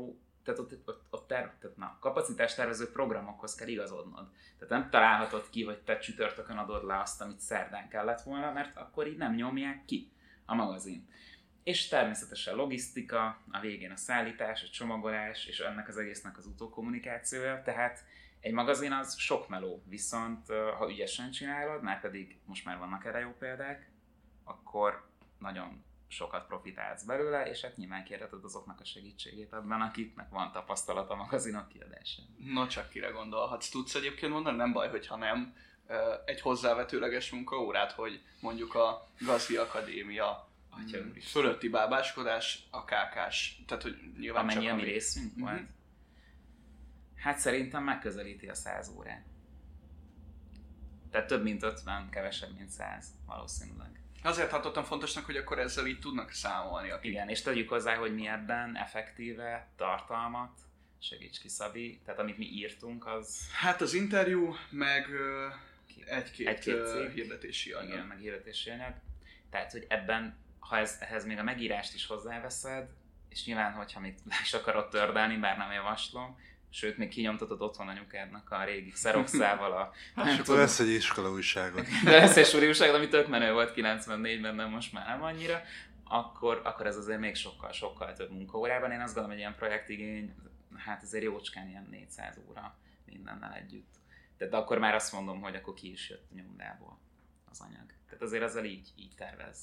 Speaker 4: kapacitástervező programokhoz kell igazodnod. Tehát nem találhatod ki, hogy te csütörtökön adod le azt, amit szerdán kellett volna, mert akkor így nem nyomják ki a magazin. És természetesen logisztika, a végén a szállítás, a csomagolás, és ennek az egésznek az utókommunikációja, tehát egy magazin az sok meló, viszont ha ügyesen csinálod, már pedig most már vannak erre jó példák, akkor nagyon sokat profitálsz belőle, és hát nyilván kérheted azoknak a segítségét abban, akiknek van tapasztalat a magazinok kiadásán.
Speaker 3: No, csak kire gondolhatsz. Tudsz egyébként mondani? Nem baj, hogyha nem. Egy hozzávetőleges munkaórát, hogy mondjuk a Gazdi Akadémia fölötti bábáskodás, a KK-s, tehát hogy nyilván
Speaker 4: amennyi
Speaker 3: csak
Speaker 4: a mi részünk volt. Hát szerintem megközelíti a 100 órát. Tehát több mint 50, kevesebb mint 100 valószínűleg.
Speaker 3: Azért tartottam fontosnak, hogy akkor ezzel így tudnak számolni. Akik.
Speaker 4: Igen, és tegyük hozzá, hogy mi ebben effektíve tartalmat, segíts ki Szabi, tehát amit mi írtunk, az...
Speaker 3: Hát az interjú, meg egy-két hirdetési anyag.
Speaker 4: Igen, meg hirdetési anyag. Tehát, hogy ebben, ha ehhez még a megírást is hozzáveszed, és nyilván, hogyha még le is akarod tördelni, bár nem javaslom, sőt, még kinyomtatod otthon anyukádnak a régi xeroxával
Speaker 2: és akkor lesz egy iskola újságot.
Speaker 4: De lesz egy suri újságot, ami tök menő volt 94-ben, de most már nem annyira, akkor ez azért még sokkal több munkaórában. Én azt gondolom, hogy ilyen projektigény, hát azért jócskán ilyen 400 óra mindennel együtt. Tehát akkor már azt mondom, hogy akkor ki is jött a nyomdából az anyag. Tehát azért ezzel így tervez.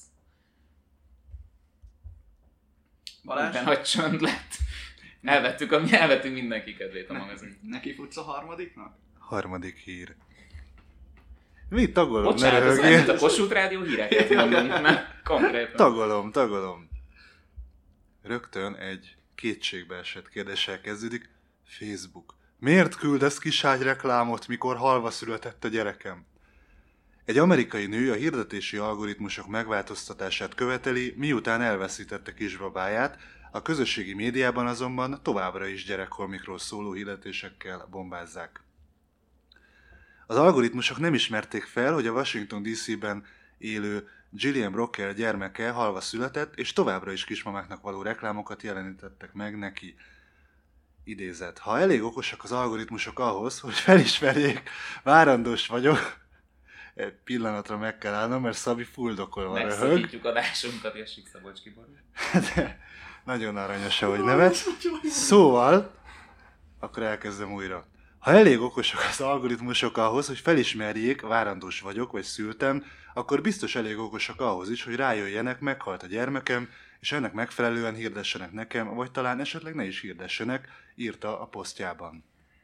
Speaker 3: Balázs?
Speaker 4: Éppen, hogy csönd lett. Elvettünk mindenki kedvét a magazin.
Speaker 3: Neki futsz a harmadiknak?
Speaker 2: Harmadik hír. Mi tagolom?
Speaker 4: Bocsánat, ez olyan, mint a Kossuth Rádió híreket mondunk, mert konkrétan.
Speaker 2: Tagolom. Rögtön egy kétségbeesett kérdéssel kezdődik. Facebook. Miért küldesz kiságyreklámot, mikor halva született a gyerekem? Egy amerikai nő a hirdetési algoritmusok megváltoztatását követeli, miután elveszítette kisbabáját, a közösségi médiában azonban továbbra is gyerekholmikról szóló hirdetésekkel bombázzák. Az algoritmusok nem ismerték fel, hogy a Washington DC-ben élő Gillian Brocker gyermeke halva született, és továbbra is kismamáknak való reklámokat jelenítettek meg neki. idézet. Ha elég okosak az algoritmusok ahhoz, hogy felismerjék, várandós vagyok, egy pillanatra meg kell állnom, mert Szabi fuldokolva röhög.
Speaker 4: Megszakítjuk adásunkat, Jessik Szabolcs kiborul.
Speaker 2: De nagyon aranyos, ahogy nevet. Szóval, akkor elkezdem újra. Ha elég okosak az algoritmusok ahhoz, hogy felismerjék, várandós vagyok, vagy szültem, akkor biztos elég okosak ahhoz is, hogy rájöjjenek, meghalt a gyermekem, és ennek megfelelően hirdessenek nekem, vagy talán esetleg ne is hirdessenek, írta a posztjában.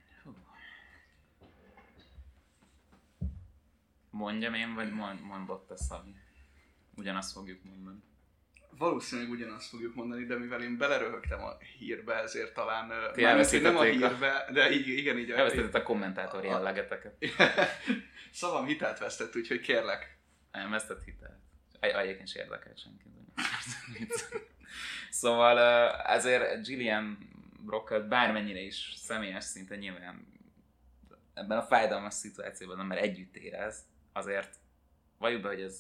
Speaker 4: Mondjam én, vagy mondott a Szabi? Ugyanazt fogjuk mondani.
Speaker 3: Valószínűleg ugyanazt fogjuk mondani, de mivel én beleröhögtem a hírbe, ezért talán...
Speaker 4: Nem
Speaker 3: a hírbe, de igen, így...
Speaker 4: Elvesztetted a kommentátor jellegeteket.
Speaker 3: Szavam hitelt vesztett, úgyhogy kérlek.
Speaker 4: Nem vesztett hitelt. Egyébként is érdekelt senki. Szóval ezért Gillian Brockot bármennyire is személyes szinten nyilván ebben a fájdalmas szituációban ember együtt érez, azért valljuk be, hogy ez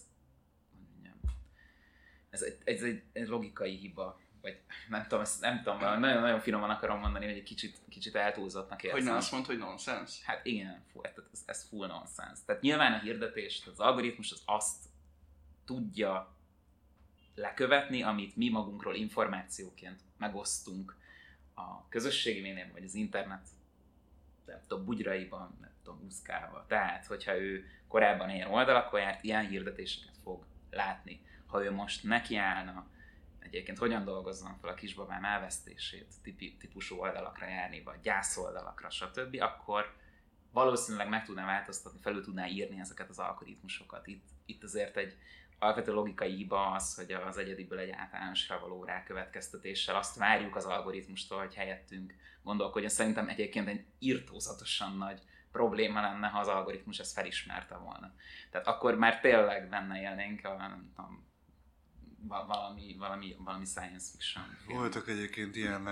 Speaker 4: egy logikai hiba, vagy nem tudom, nagyon finoman akarom mondani, hogy egy kicsit eltúlzottnak érzem.
Speaker 3: Hogy ne azt mondd, hogy nonsense?
Speaker 4: Hát igen, ez full nonsense. Tehát nyilván a hirdetést, az algoritmus az azt tudja lekövetni, amit mi magunkról információként megosztunk a közösségi médiában, vagy az internet bugyraiban, úszkálva. Tehát, hogyha ő korábban ilyen oldalakon járt, ilyen hirdetéseket fog látni. Ha ő most nekiállna, egyébként hogyan dolgozzon fel a kisbabám elvesztését típusú oldalakra járni, vagy gyászoldalakra, stb., akkor valószínűleg meg tudná változtatni, felül tudná írni ezeket az algoritmusokat. Itt azért egy alapvető logikai hiba az, hogy az egyediből egy általánosra való rákövetkeztetéssel azt várjuk az algoritmustól, hogy helyettünk gondolkodjon. Szerintem egyébként egy irtózatosan nagy probléma lenne, ha az algoritmus ezt felismerte volna. Tehát akkor már tényleg benne élnénk valami science fiction film.
Speaker 2: Voltak egyébként ilyen,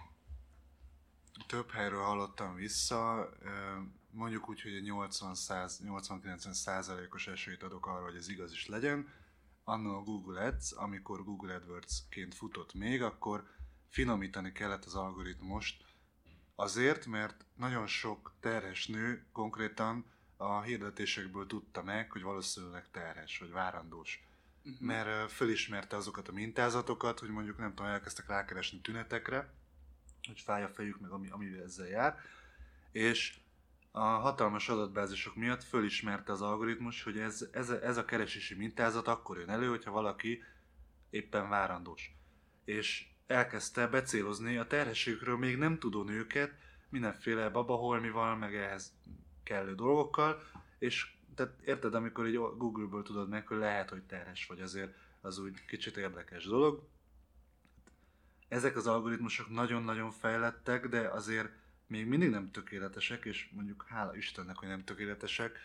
Speaker 2: több helyről hallottam vissza, mondjuk úgy, hogy egy 80-90%-os esélyt adok arra, hogy ez igaz is legyen. Anno a Google Ads, amikor Google AdWords-ként futott még, akkor finomítani kellett az algoritmust azért, mert nagyon sok terhes nő konkrétan a hirdetésekből tudta meg, hogy valószínűleg terhes, vagy várandós. Mert fölismerte azokat a mintázatokat, hogy mondjuk nem tudom, elkezdtek rákeresni tünetekre, hogy fáj a fejük, meg amivel ezzel jár, és a hatalmas adatbázisok miatt fölismerte az algoritmus, hogy ez a keresési mintázat akkor jön elő, hogyha valaki éppen várandós. És elkezdte becélozni a terhességükről még nem tudó nőket mindenféle babaholmival, meg ehhez kellő dolgokkal, és tehát érted, amikor így Google-ből tudod meg, hogy lehet, hogy terhes vagy, azért az úgy kicsit érdekes dolog. Ezek az algoritmusok nagyon-nagyon fejlettek, de azért még mindig nem tökéletesek, és mondjuk hála Istennek, hogy nem tökéletesek.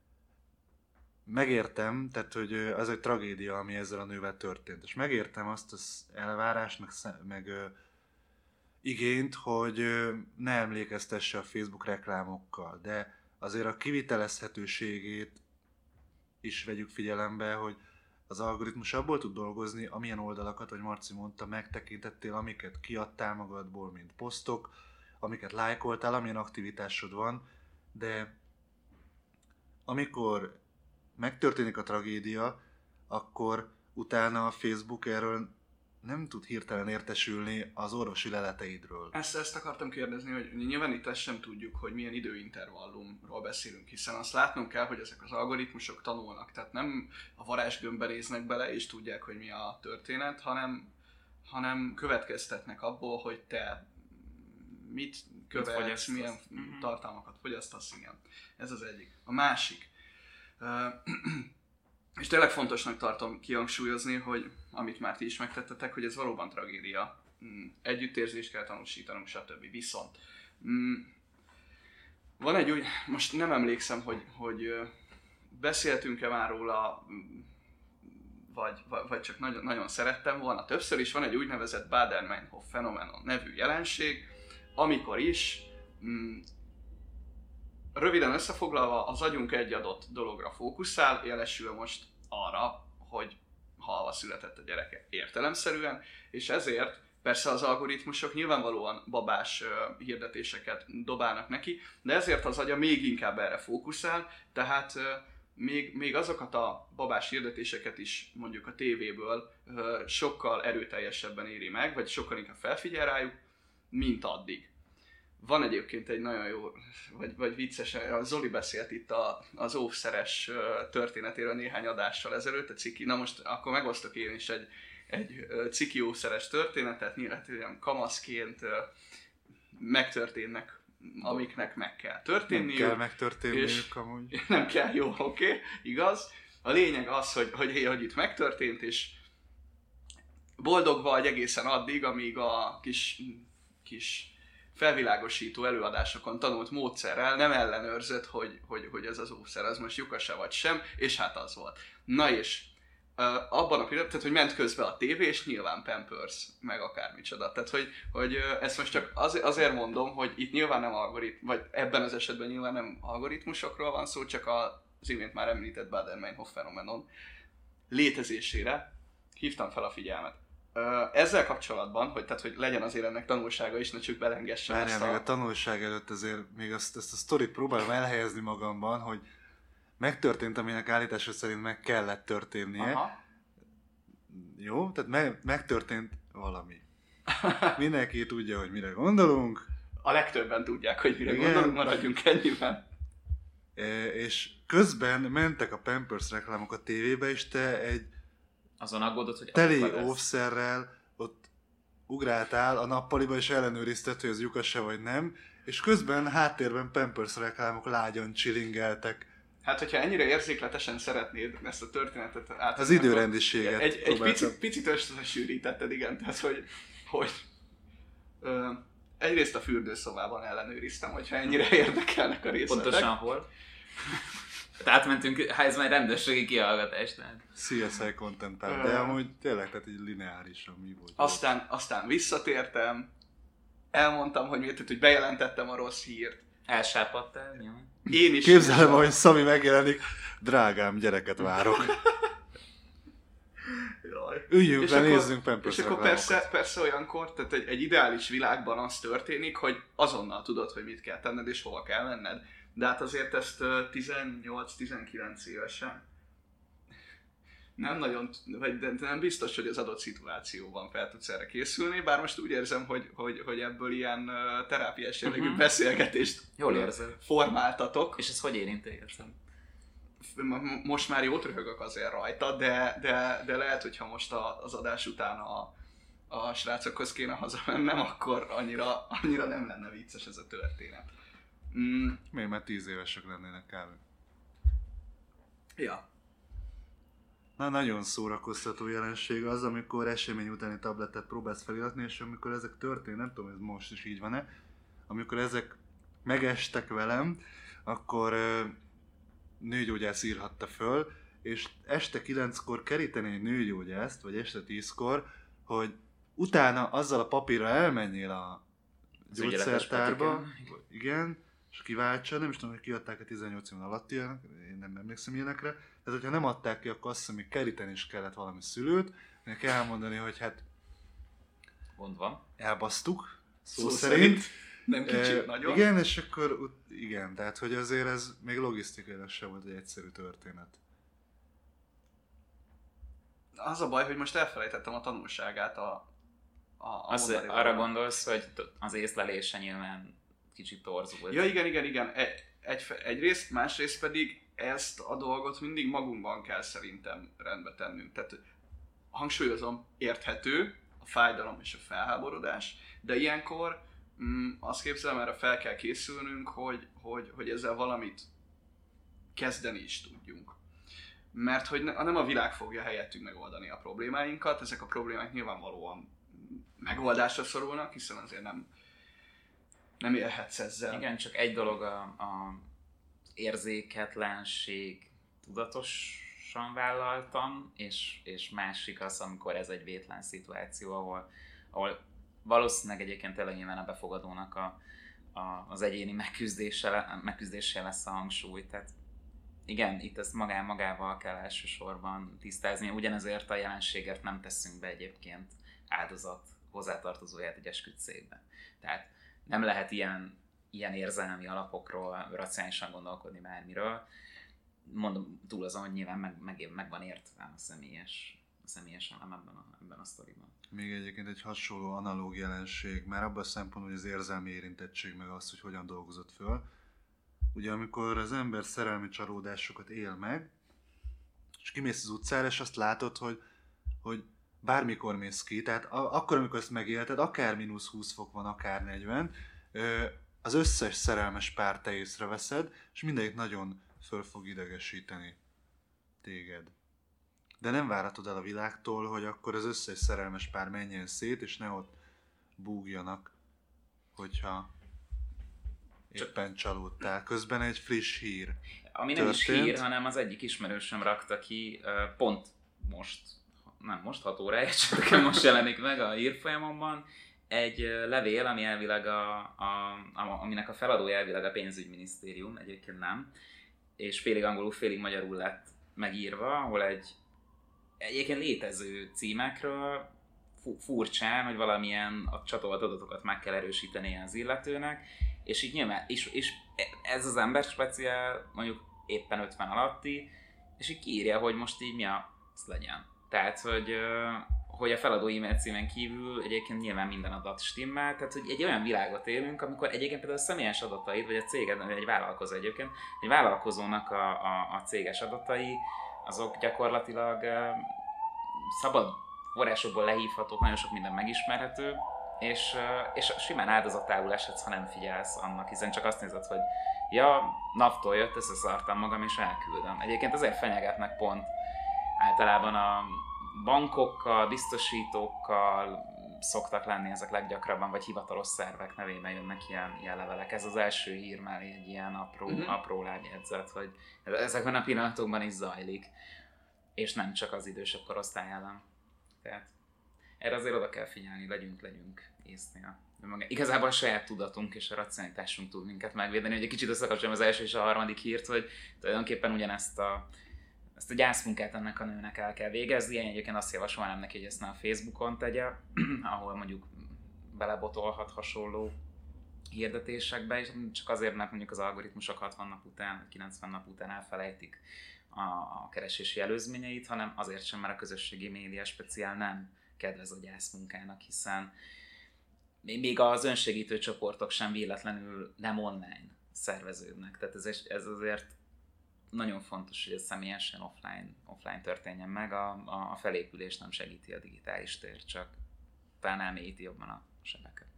Speaker 2: Megértem, tehát hogy az egy tragédia, ami ezzel a nővel történt, és megértem azt az elvárást, meg igényt, hogy ne emlékeztesse a Facebook reklámokkal, de azért a kivitelezhetőségét is vegyük figyelembe, hogy az algoritmus abból tud dolgozni, amilyen oldalakat, ahogy Marci mondta, megtekintettél, amiket kiadtál magadból, mint posztok, amiket lájkoltál, amilyen aktivitásod van, de amikor megtörténik a tragédia, akkor utána a Facebook erről nem tud hirtelen értesülni az orvosi leleteidről.
Speaker 3: Ezt akartam kérdezni, hogy nyilván itt ezt sem tudjuk, hogy milyen időintervallumról beszélünk, hiszen azt látnunk kell, hogy ezek az algoritmusok tanulnak, tehát nem a varázsgömbbe néznek bele és tudják, hogy mi a történet, hanem következtetnek abból, hogy te mit követsz, milyen tartalmakat fogyasztasz, igen. Ez az egyik. A másik, és tényleg fontosnak tartom kihangsúlyozni, hogy amit már ti is megtettetek, hogy ez valóban tragédia. Együttérzést kell tanúsítanunk, stb. Viszont van egy úgy, most nem emlékszem, hogy beszéltünk-e már róla, vagy csak nagyon, nagyon szerettem volna többször is, van egy úgynevezett Baader-Meinhof fenomenon nevű jelenség, amikor is röviden összefoglalva az agyunk egy adott dologra fókuszál, jelesül most arra, hogy halva született a gyereke értelemszerűen, és ezért Persze az algoritmusok nyilvánvalóan babás hirdetéseket dobálnak neki, de ezért az agya még inkább erre fókuszál, tehát még azokat a babás hirdetéseket is mondjuk a tévéből sokkal erőteljesebben éri meg, vagy sokkal inkább felfigyel rájuk, mint addig. Van egyébként egy nagyon jó, vagy vicces, a Zoli beszélt itt az óvszeres történetéről néhány adással ezelőtt, a ciki. Na most akkor megosztok én is egy ciki óvszeres történetet, nyilván kamaszként megtörténnek, amiknek meg kell történniük.
Speaker 2: Nem kell megtörténniük amúgy.
Speaker 3: Nem kell, jó, oké, igaz. A lényeg az, hogy itt megtörtént, és boldog vagy egészen addig, amíg a kis felvilágosító előadásokon tanult módszerrel nem ellenőrzött, hogy ez az óvszer, az most lyukas-e vagy sem, és hát az volt. Na és abban a pillanatban, tehát hogy ment közbe a tévé, és nyilván Pampers, meg akármicsoda. Tehát, hogy ezt most csak azért mondom, hogy itt nyilván nem vagy ebben az esetben nyilván nem algoritmusokról van szó, csak az imént már említett Baader-Meinhof fenomenon létezésére hívtam fel a figyelmet. Ezzel kapcsolatban, hogy legyen azért ennek tanulsága is, ne csak belengessen
Speaker 2: Várjál, meg a tanulság előtt azért még ezt a sztorit próbálom elhelyezni magamban, hogy megtörtént, aminek állítása szerint meg kellett történnie.
Speaker 3: Aha.
Speaker 2: Jó, tehát megtörtént valami. Mindenki tudja, hogy mire gondolunk.
Speaker 3: A legtöbben tudják, hogy mire gondolunk, maradjunk ennyiben.
Speaker 2: És közben mentek a Pampers reklámok a tévébe, és te egy
Speaker 4: azon aggódott, hogy
Speaker 2: teli óvszerrel ott ugráltál a nappaliba, és ellenőrizted, hogy az lyukas-e vagy nem, és közben háttérben Pampers reklámok lágyan csilingeltek.
Speaker 3: Hát, hogyha ennyire érzékletesen szeretnéd ezt a történetet át...
Speaker 2: Az időrendiséget
Speaker 3: egy picit összesűrítetted, igen, tehát, hogy egyrészt a fürdőszobában ellenőriztem, hogyha ennyire érdekelnek a részletek.
Speaker 4: Pontosan hol? Tehát átmentünk, ez már rendőrségi kihallgatás. Tehát.
Speaker 2: CSI content pár, de amúgy tényleg, tehát így lineárisan mi volt.
Speaker 3: Aztán visszatértem, elmondtam, hogy miért, tehát, hogy bejelentettem a rossz hírt.
Speaker 4: Elsápadtál, nyilván.
Speaker 3: Én is.
Speaker 2: Képzelem, hogy Szami megjelenik, drágám, gyereket várok. Üljünk le, nézzünk Pampers
Speaker 3: és akkor persze olyankor, tehát egy ideális világban az történik, hogy azonnal tudod, hogy mit kell tenned és hova kell menned. De hát azért ezt 18-19 évesen nem nagyon, de nem biztos, hogy az adott szituációban fel tudsz erre készülni, bár most úgy érzem, hogy ebből ilyen terápiás jellegű beszélgetést
Speaker 4: jól érzed.
Speaker 3: Formáltatok.
Speaker 4: És ez hogy érinti?
Speaker 3: Most már jót röhögök azért rajta, de lehet, hogyha most az adás után a srácokhoz kéne hazamennem, akkor annyira nem lenne vicces ez a történet.
Speaker 2: Még már 10 évesek lennének kb.
Speaker 3: Ja.
Speaker 2: Na, nagyon szórakoztató jelenség az, amikor esemény utáni tabletet próbálsz feliratni, és amikor ezek történnek, nem tudom, ez most is így van-e, amikor ezek megestek velem, akkor nőgyógyász írhatta föl, és este 9-kor keríteni egy nőgyógyászt, vagy este 10-kor, hogy utána azzal a papírra elmenjél a gyógyszertárba, igen, és kiváltsa, nem is tudom, hogy kiadták a 18 év alatti, én nem emlékszem ilyenekre, tehát hogyha nem adták ki, akkor azt hiszem, hogy keríteni is kellett valami szülőt, ennek kell elmondani, hogy hát
Speaker 4: gond van.
Speaker 2: Elbasztuk, szó szerint.
Speaker 3: Nem kicsit, nagyon.
Speaker 2: Igen, és akkor igen, tehát hogy azért ez még logisztikailag sem volt egy egyszerű történet.
Speaker 3: Az a baj, hogy most elfelejtettem a tanulságát
Speaker 4: arra gondolsz, hogy az észlelése nyilván kicsit torzult.
Speaker 3: Ja, igen. Egyrészt, másrészt pedig ezt a dolgot mindig magunkban kell szerintem rendbe tennünk. Tehát hangsúlyozom, érthető a fájdalom és a felháborodás, de ilyenkor azt képzelem, erre fel kell készülnünk, hogy ezzel valamit kezdeni is tudjunk. Mert hogy nem a világ fogja helyettünk megoldani a problémáinkat, ezek a problémák nyilvánvalóan megoldásra szorulnak, hiszen azért nem élhetsz ezzel.
Speaker 4: Igen, csak egy dolog a érzéketlenség tudatosan vállaltam, és másik az, amikor ez egy vétlen szituáció, ahol valószínűleg egyébként tényleg nyilván a befogadónak az egyéni megküzdéssel lesz a hangsúly. Tehát igen, itt ezt magával kell elsősorban tisztázni, ugyanezért a jelenségért nem teszünk be egyébként hozzátartozóját egy esküdtszékbe. Tehát nem lehet ilyen érzelmi alapokról racionálisan gondolkodni bármiről. Mondom túl azon, hogy nyilván meg van értve a személyes elem ebben a sztoriban.
Speaker 2: Még egyébként egy hasonló analóg jelenség, már abban a szempontból, hogy az érzelmi érintettség meg az, hogy hogyan dolgozott föl. Ugye amikor az ember szerelmi csalódásokat él meg, és kimész az utcára, és azt látod, hogy bármikor mész ki, tehát akkor, amikor ezt megélted, akár -20 fok van, akár 40, az összes szerelmes párt te észreveszed, és mindegyik nagyon föl fog idegesíteni téged. De nem várhatod el a világtól, hogy akkor az összes szerelmes pár menjen szét, és ne ott búgjanak, hogyha éppen csalódtál. Közben egy friss hír
Speaker 4: ami nem is hír, hanem az egyik ismerősöm rakta ki, pont most 6 órája, csak most jelenik meg a hírfolyamomban, egy levél, ami elvileg aminek a feladója elvileg a pénzügyminisztérium, egyébként nem, és félig angolul, félig magyarul lett megírva, ahol egyébként létező címekről furcsán, hogy valamilyen a csatolt adatokat meg kell erősíteni az illetőnek, és így nyilván, és ez az ember speciál mondjuk éppen 50 alatti, és így kiírja, hogy most így mi az legyen. Tehát, hogy a feladó e-mail címen kívül egyébként nyilván minden adat stimmel, tehát hogy egy olyan világot élünk, amikor egyébként például a személyes adatait, vagy a céged, vagy egy vállalkozó egyébként, egy vállalkozónak a céges adatai, azok gyakorlatilag szabad forrásokból lehívhatók, nagyon sok minden megismerhető, és simán áldozatául eshetsz, ha nem figyelsz annak, hiszen csak azt nézed, hogy ja, naptól jött, összeszartam magam és elküldöm. Egyébként azért fenyegetnek pont általában a bankokkal, biztosítókkal szoktak lenni ezek leggyakrabban, vagy hivatalos szervek nevében jönnek ilyen levelek. Ez az első hír mellé egy ilyen apró lábjegyzet, hogy ezekben a pillanatokban is zajlik, és nem csak az idősebb korosztály ellen. Tehát erre azért oda kell figyelni, legyünk észnél. Igazából a saját tudatunk és a racionalitásunk tud minket megvédeni, hogy egy kicsit összekapcsolom az első és a harmadik hírt, hogy tulajdonképpen ugyanezt a gyászmunkát ennek a nőnek el kell végezni. Én egyébként azt javasolnám neki, hogy ezt a Facebookon tegye, ahol mondjuk belebotolhat hasonló hirdetésekbe, és csak azért, mert mondjuk az algoritmusok 60 nap után, 90 nap után elfelejtik a keresési előzményeit, hanem azért sem, mert a közösségi média speciál nem kedvez a gyászmunkának, hiszen még az önsegítő csoportok sem véletlenül nem online szerveződnek. Tehát ez azért nagyon fontos, hogy ez személyesen offline történjen meg. A felépülés nem segíti a digitális tér, csak talán elmélyíti jobban a sebeket.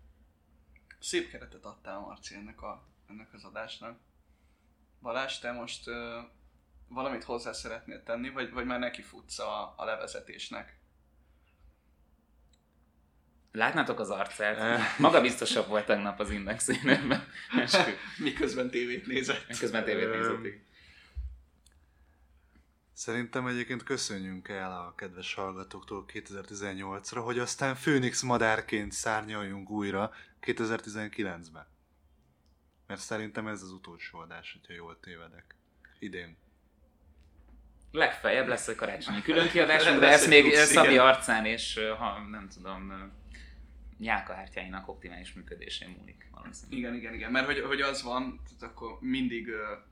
Speaker 3: Szép keretet adtál, Marci, ennek az adásnak. Balázs, te most valamit hozzá szeretnél tenni, vagy már nekifutsz a levezetésnek?
Speaker 4: Látnátok az arcát? Maga biztosabb volt tegnap az Indexénőben.
Speaker 3: Miközben tévét nézett.
Speaker 2: Szerintem egyébként köszönjünk el a kedves hallgatóktól 2018-ra, hogy aztán Főnix madárként szárnyaljunk újra 2019-ben. Mert szerintem ez az utolsó adás, hogyha jól tévedek. Idén.
Speaker 4: Legfeljebb lesz egy karácsonyi különkiadásunk, de ezt még Szabi arcán és ha nem tudom, nyálkahártyáinak optimális működésén múlik valószínűleg.
Speaker 3: Igen, mert hogy az van, tehát akkor mindig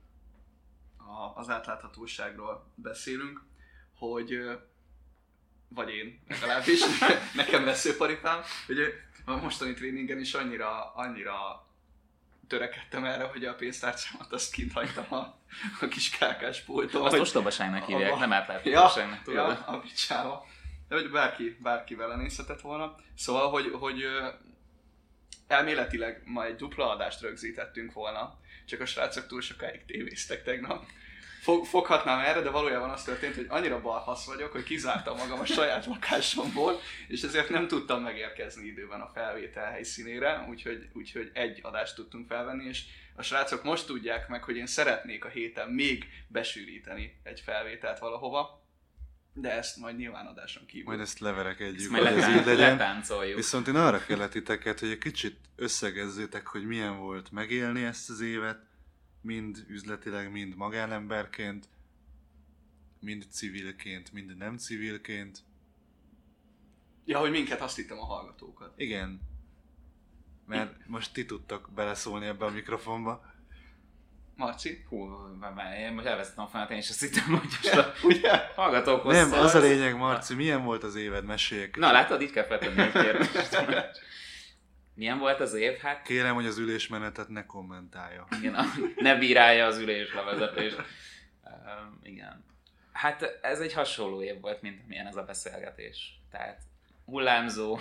Speaker 3: az átláthatóságról beszélünk, hogy vagy én legalábbis, nekem veszőparipám, hogy a mostani tréningen is annyira törekedtem erre, hogy a pénztárcámat azt kint hagytam a kis kákás pulton.
Speaker 4: Azt ostobaságnak hívják, nem átláthatóságnak, tudod?
Speaker 3: Ja, a picsába. De hogy bárki vele nézhetett volna. Szóval, hogy elméletileg ma egy dupla adást rögzítettünk volna, csak a srácok túl sokáig tévéztek tegnap. Foghatnám erre, de valójában az történt, hogy annyira balfasz vagyok, hogy kizártam magam a saját lakásomból, és ezért nem tudtam megérkezni időben a felvétel helyszínére, úgyhogy egy adást tudtunk felvenni, és a srácok most tudják meg, hogy én szeretnék a héten még besűríteni egy felvételt valahova, de ezt majd nyilván adáson kívül.
Speaker 2: Majd ezt leverekedjük,
Speaker 4: hogy ez így legyen.
Speaker 2: Viszont én arra kellett titeket, hogy egy kicsit összegezzétek, hogy milyen volt megélni ezt az évet, mind üzletileg, mind magánemberként, mind civilként, mind nem civilként.
Speaker 3: Ja, hogy minket, azt hittem a hallgatókat.
Speaker 2: Igen. Mert most ti tudtak beleszólni ebbe a mikrofonba.
Speaker 3: Marci?
Speaker 4: Hú, én most elvesztettem a felet, én is azt hittem, hogy most a
Speaker 3: Ugye?
Speaker 4: hallgatókhoz
Speaker 2: Nem,
Speaker 4: szólsz.
Speaker 2: az a lényeg, Marci, milyen volt az éved? Meséljek.
Speaker 4: Na látod, így kell feltenni a kérdést. Milyen volt az év? Hát
Speaker 2: Kérem, hogy az ülésmenetet ne kommentálja.
Speaker 4: igen, ne bírálja az üléslevezetés. Igen. Hát ez egy hasonló év volt, mint amilyen ez a beszélgetés. Tehát hullámzó,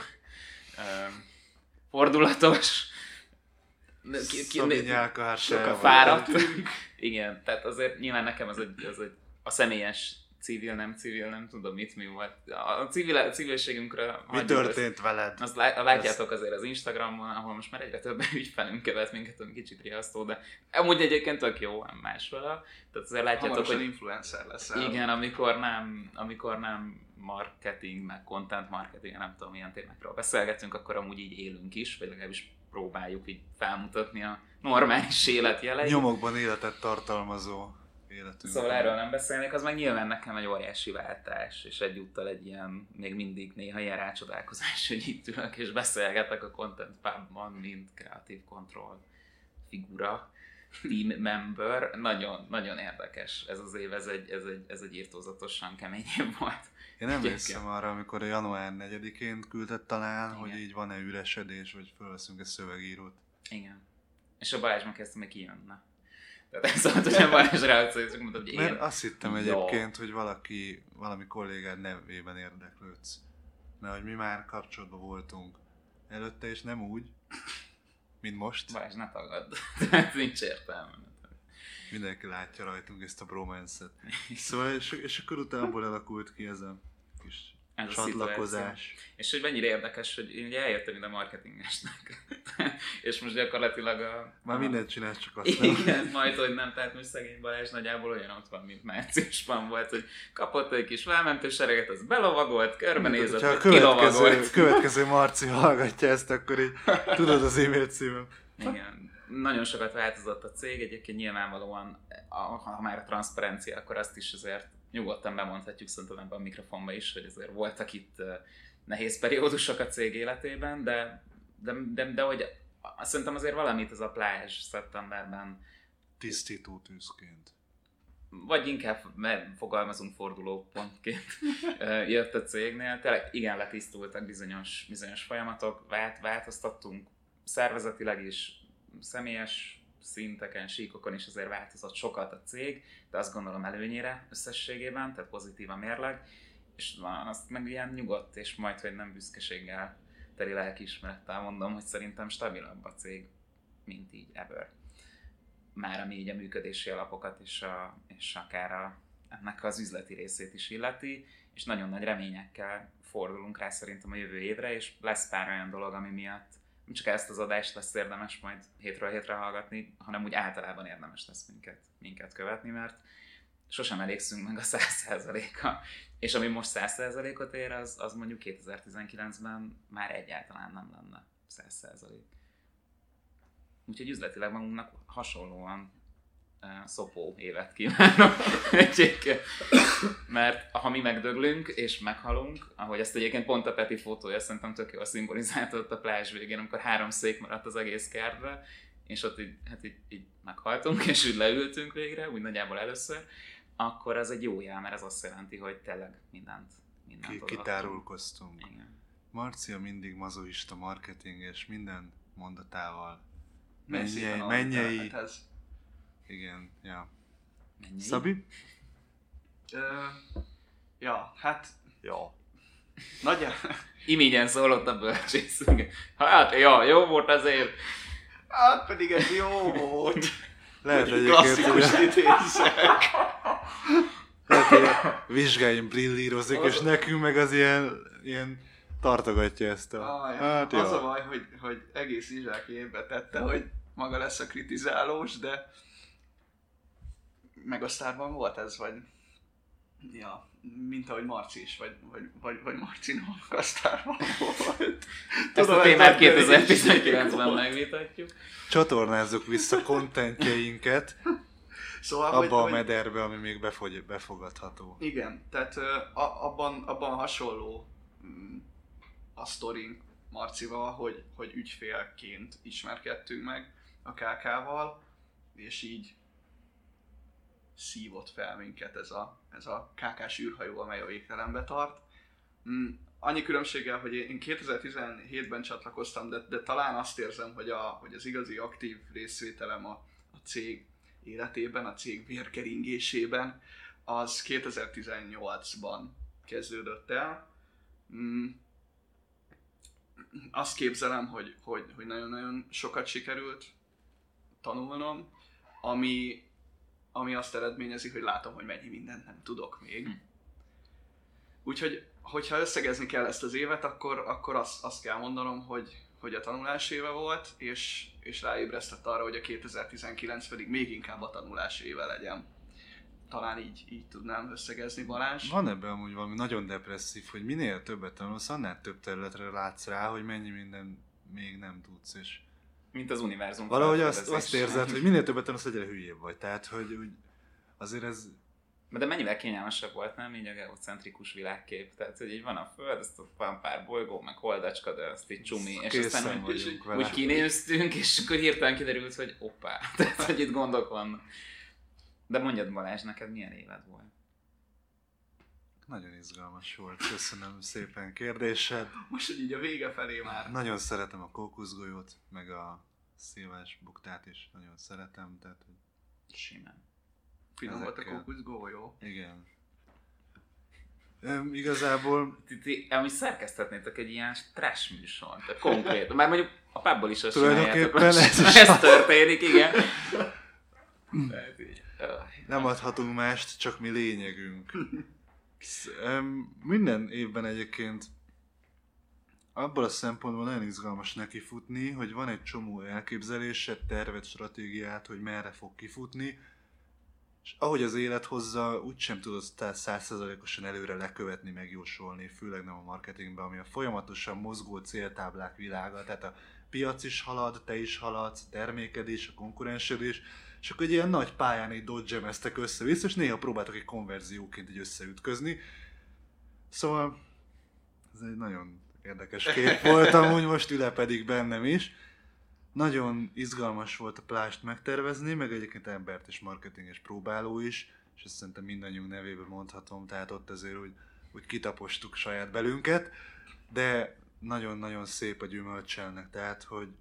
Speaker 4: fordulatos,
Speaker 2: Szabi nyálkahársága.
Speaker 4: fáradt. Igen, tehát azért nyilván nekem az egy a személyes civil, nem tudom mi volt. A civilségünkről
Speaker 2: Mi történt veled?
Speaker 4: azt látjátok azért az Instagramon, ahol most már egyre több ügyfelünk követ minket, ami kicsit riasztó, de amúgy egyébként tök jó másféle. Tehát azért látjátok,
Speaker 3: Hamarosan
Speaker 4: hogy
Speaker 3: influencer leszel.
Speaker 4: igen, amikor nem marketing, meg content marketing, nem tudom milyen témákról beszélgetünk, akkor amúgy így élünk is, vagy legalábbis próbáljuk így felmutatni a normális élet jeleit.
Speaker 2: Nyomokban életet tartalmazó életünk.
Speaker 4: Szóval erről nem beszélnék, az meg nyilván nekem egy óriási váltás, és egyúttal egy ilyen, még mindig néha ilyen rácsodálkozás, hogy itt ülök és beszélgetek a Content Pubban, mint Creative Control figura, team member. Nagyon, nagyon érdekes ez az év, ez egy írtózatosan kemény év volt.
Speaker 2: Én emlékszem arra, amikor a január 4-én küldött talán, igen, hogy így van-e üresedés, vagy fölveszünk egy szövegírót.
Speaker 4: Igen. És a Balázs meg kezdte, meg kijönne. Tehát ez volt, hogy a Balázs reakció, és mondtam, hogy
Speaker 2: mert azt hittem egyébként, hogy valami kollégád nevében érdeklődsz. Mert hogy mi már kapcsolatban voltunk előtte, és nem úgy, mint most.
Speaker 4: Balázs, ne tagadd. Tehát nincs értelme.
Speaker 2: Mindenki látja rajtunk ezt a bromance-et. Szóval, és akkor utána elalakult ki ez a kis
Speaker 4: ez
Speaker 2: csatlakozás.
Speaker 4: És hogy mennyire érdekes, hogy én ugye eljöttem ide marketingesnek. És most gyakorlatilag
Speaker 2: már mindent csinálsz, csak azt nem.
Speaker 4: Igen, majd hogy nem, tehát most szegény Balázs nagyjából olyan ott van, mint márciusban volt, hogy kapott egy kis felmentő sereget, az belovagolt, körbenézett,
Speaker 2: ha
Speaker 4: kilovagolt.
Speaker 2: Következő Marci hallgatja ezt, akkor így tudod az e-mail címem.
Speaker 4: Igen. Nagyon sokat változott a cég, egyébként nyilvánvalóan, ha már a transzparencia, akkor azt is azért nyugodtan bemondhatjuk szerintem ebben a mikrofonban is, hogy azért voltak itt nehéz periódusok a cég életében, de hogy szerintem azért valamit az a plázs szeptemberben
Speaker 2: tisztító tűzként.
Speaker 4: Vagy inkább fogalmazunk fordulópontként jött a cégnél. Tényleg igen, letisztultak bizonyos folyamatok, változtattunk szervezetileg is, személyes szinteken, síkokon is azért változott sokat a cég, de azt gondolom előnyére összességében, tehát pozitív a mérleg, és azt meg ilyen nyugodt és majd, hogy nem büszkeséggel teli lelkiismerettel mondom, hogy szerintem stabilabb a cég, mint így ever. Már ami így a működési alapokat és akár ennek az üzleti részét is illeti, és nagyon nagy reményekkel fordulunk rá szerintem a jövő évre, és lesz pár olyan dolog, ami miatt nem csak ezt az adást lesz érdemes majd hétről hétre hallgatni, hanem úgy általában érdemes lesz minket követni, mert sosem elégszünk meg a 100%-a. És ami most 100%-ot ér, az mondjuk 2019-ben már egyáltalán nem lenne 100%. Úgyhogy üzletileg magunknak hasonlóan szopó évet kívánok egyébként. Mert ha mi megdöglünk és meghalunk, ahogy ezt egyébként pont a Peti fotója szerintem tök jól szimbolizáltott a plázs végén, amikor 3 szék maradt az egész kertbe, és ott így meghaltunk, és úgy leültünk végre, úgy nagyjából először, akkor az egy jó jel, mert ez azt jelenti, hogy tényleg mindent
Speaker 2: kitárulkoztunk.
Speaker 4: Igen.
Speaker 2: Marcia mindig mazoista marketing, és minden mondatával
Speaker 3: mennyei.
Speaker 2: Igen, ja.
Speaker 4: Mennyei?
Speaker 2: Szabi?
Speaker 3: Ja, hát...
Speaker 2: Ja.
Speaker 3: Nagyjából...
Speaker 4: Imigyen szólott a bölcsészünk. Hát, ja, jó volt azért.
Speaker 3: Hát pedig ez jó volt.
Speaker 2: Lehet egyébként,
Speaker 3: klasszikus idézek.
Speaker 2: lehet, hogy vizsgáim brillírozik, és nekünk meg az ilyen tartogatja ezt a...
Speaker 3: Hát, az a baj, hogy egész Izsáki évbe tette, hogy maga lesz a kritizálós, de meg a Sztárban volt ez, vagy ja, mint ahogy Marci is, vagy Marcinak a Sztárban volt.
Speaker 4: Ezt a témát 2019-ben megvitatjuk.
Speaker 2: Csatornázzuk vissza kontentjeinket
Speaker 3: szóval,
Speaker 2: abba a mederbe, ami még befogadható.
Speaker 3: Igen, tehát abban hasonló a sztorink Marcival, hogy ügyfélként ismerkedtünk meg a KK-val, és így szívott fel minket ez a KK-s űrhajó, amely a végtelenbe tart. Annyi különbséggel, hogy én 2017-ben csatlakoztam, de talán azt érzem, hogy az igazi aktív részvételem a cég életében, a cég vérkeringésében, az 2018-ban kezdődött el. Azt képzelem, hogy nagyon-nagyon sokat sikerült tanulnom, ami azt eredményezi, hogy látom, hogy mennyi mindent nem tudok még. Úgyhogy, hogyha összegezni kell ezt az évet, akkor azt kell mondanom, hogy a tanulás éve volt, és ráébresztett arra, hogy a 2019 pedig még inkább a tanulás éve legyen. Talán így tudnám összegezni, Balázs.
Speaker 2: Van ebben amúgy valami nagyon depresszív, hogy minél többet tanulsz, annál több területre látsz rá, hogy mennyi minden még nem tudsz, és
Speaker 4: mint az univerzum.
Speaker 2: valahogy azt érzed, hogy minél többet tanulsz, egyre hülyébb vagy. Tehát, hogy úgy, azért ez...
Speaker 4: De mennyivel kényelmesebb volt, nem? Így a geocentrikus világkép. Tehát, hogy így van a Föld, azt ott van pár bolygó, meg holdacska, de azt így csumi. És aztán úgy kinéztünk, és akkor hirtelen kiderült, hogy oppá. Tehát, hogy itt gondok vannak. De mondjad, Balázs, neked milyen évad volt?
Speaker 2: Nagyon izgalmas volt. Köszönöm szépen kérdésed.
Speaker 3: Most, hogy így a vége felé már.
Speaker 2: Nagyon szeretem a kókuszgolyót, meg a szilvás buktát is nagyon szeretem. Tehát, hogy
Speaker 4: simán.
Speaker 3: Finom volt a kókuszgolyó.
Speaker 2: Igen. Igazából...
Speaker 4: Ti amúgy szerkesztetnétek egy ilyen trash műsort, tehát konkrét. Már mondjuk a pubból is azt
Speaker 2: tulajdonképpen
Speaker 4: ez történik, igen.
Speaker 2: Nem adhatunk mást, csak mi lényegünk. Minden évben egyébként abból a szempontból nagyon izgalmas nekifutni, hogy van egy csomó elképzelésed, terved, stratégiát, hogy merre fog kifutni, és ahogy az élet hozza, úgysem tudod 100%-osan előre lekövetni, megjósolni, főleg nem a marketingben, ami a folyamatosan mozgó céltáblák világa, tehát a piac is halad, te is haladsz, a terméked is, a konkurensed is, és akkor egy ilyen nagy pályán így dodgemeztek össze-vissza, és néha próbáltak egy konverzióként így összeütközni. Szóval ez egy nagyon érdekes kép volt, amúgy most ülepedik bennem is. Nagyon izgalmas volt a plást megtervezni, meg egyébként embert és marketinges próbáló is, és ezt szerintem mindannyiunk nevében mondhatom, tehát ott azért úgy kitapostuk saját belünket, de nagyon-nagyon szép a gyümölcselnek, tehát hogy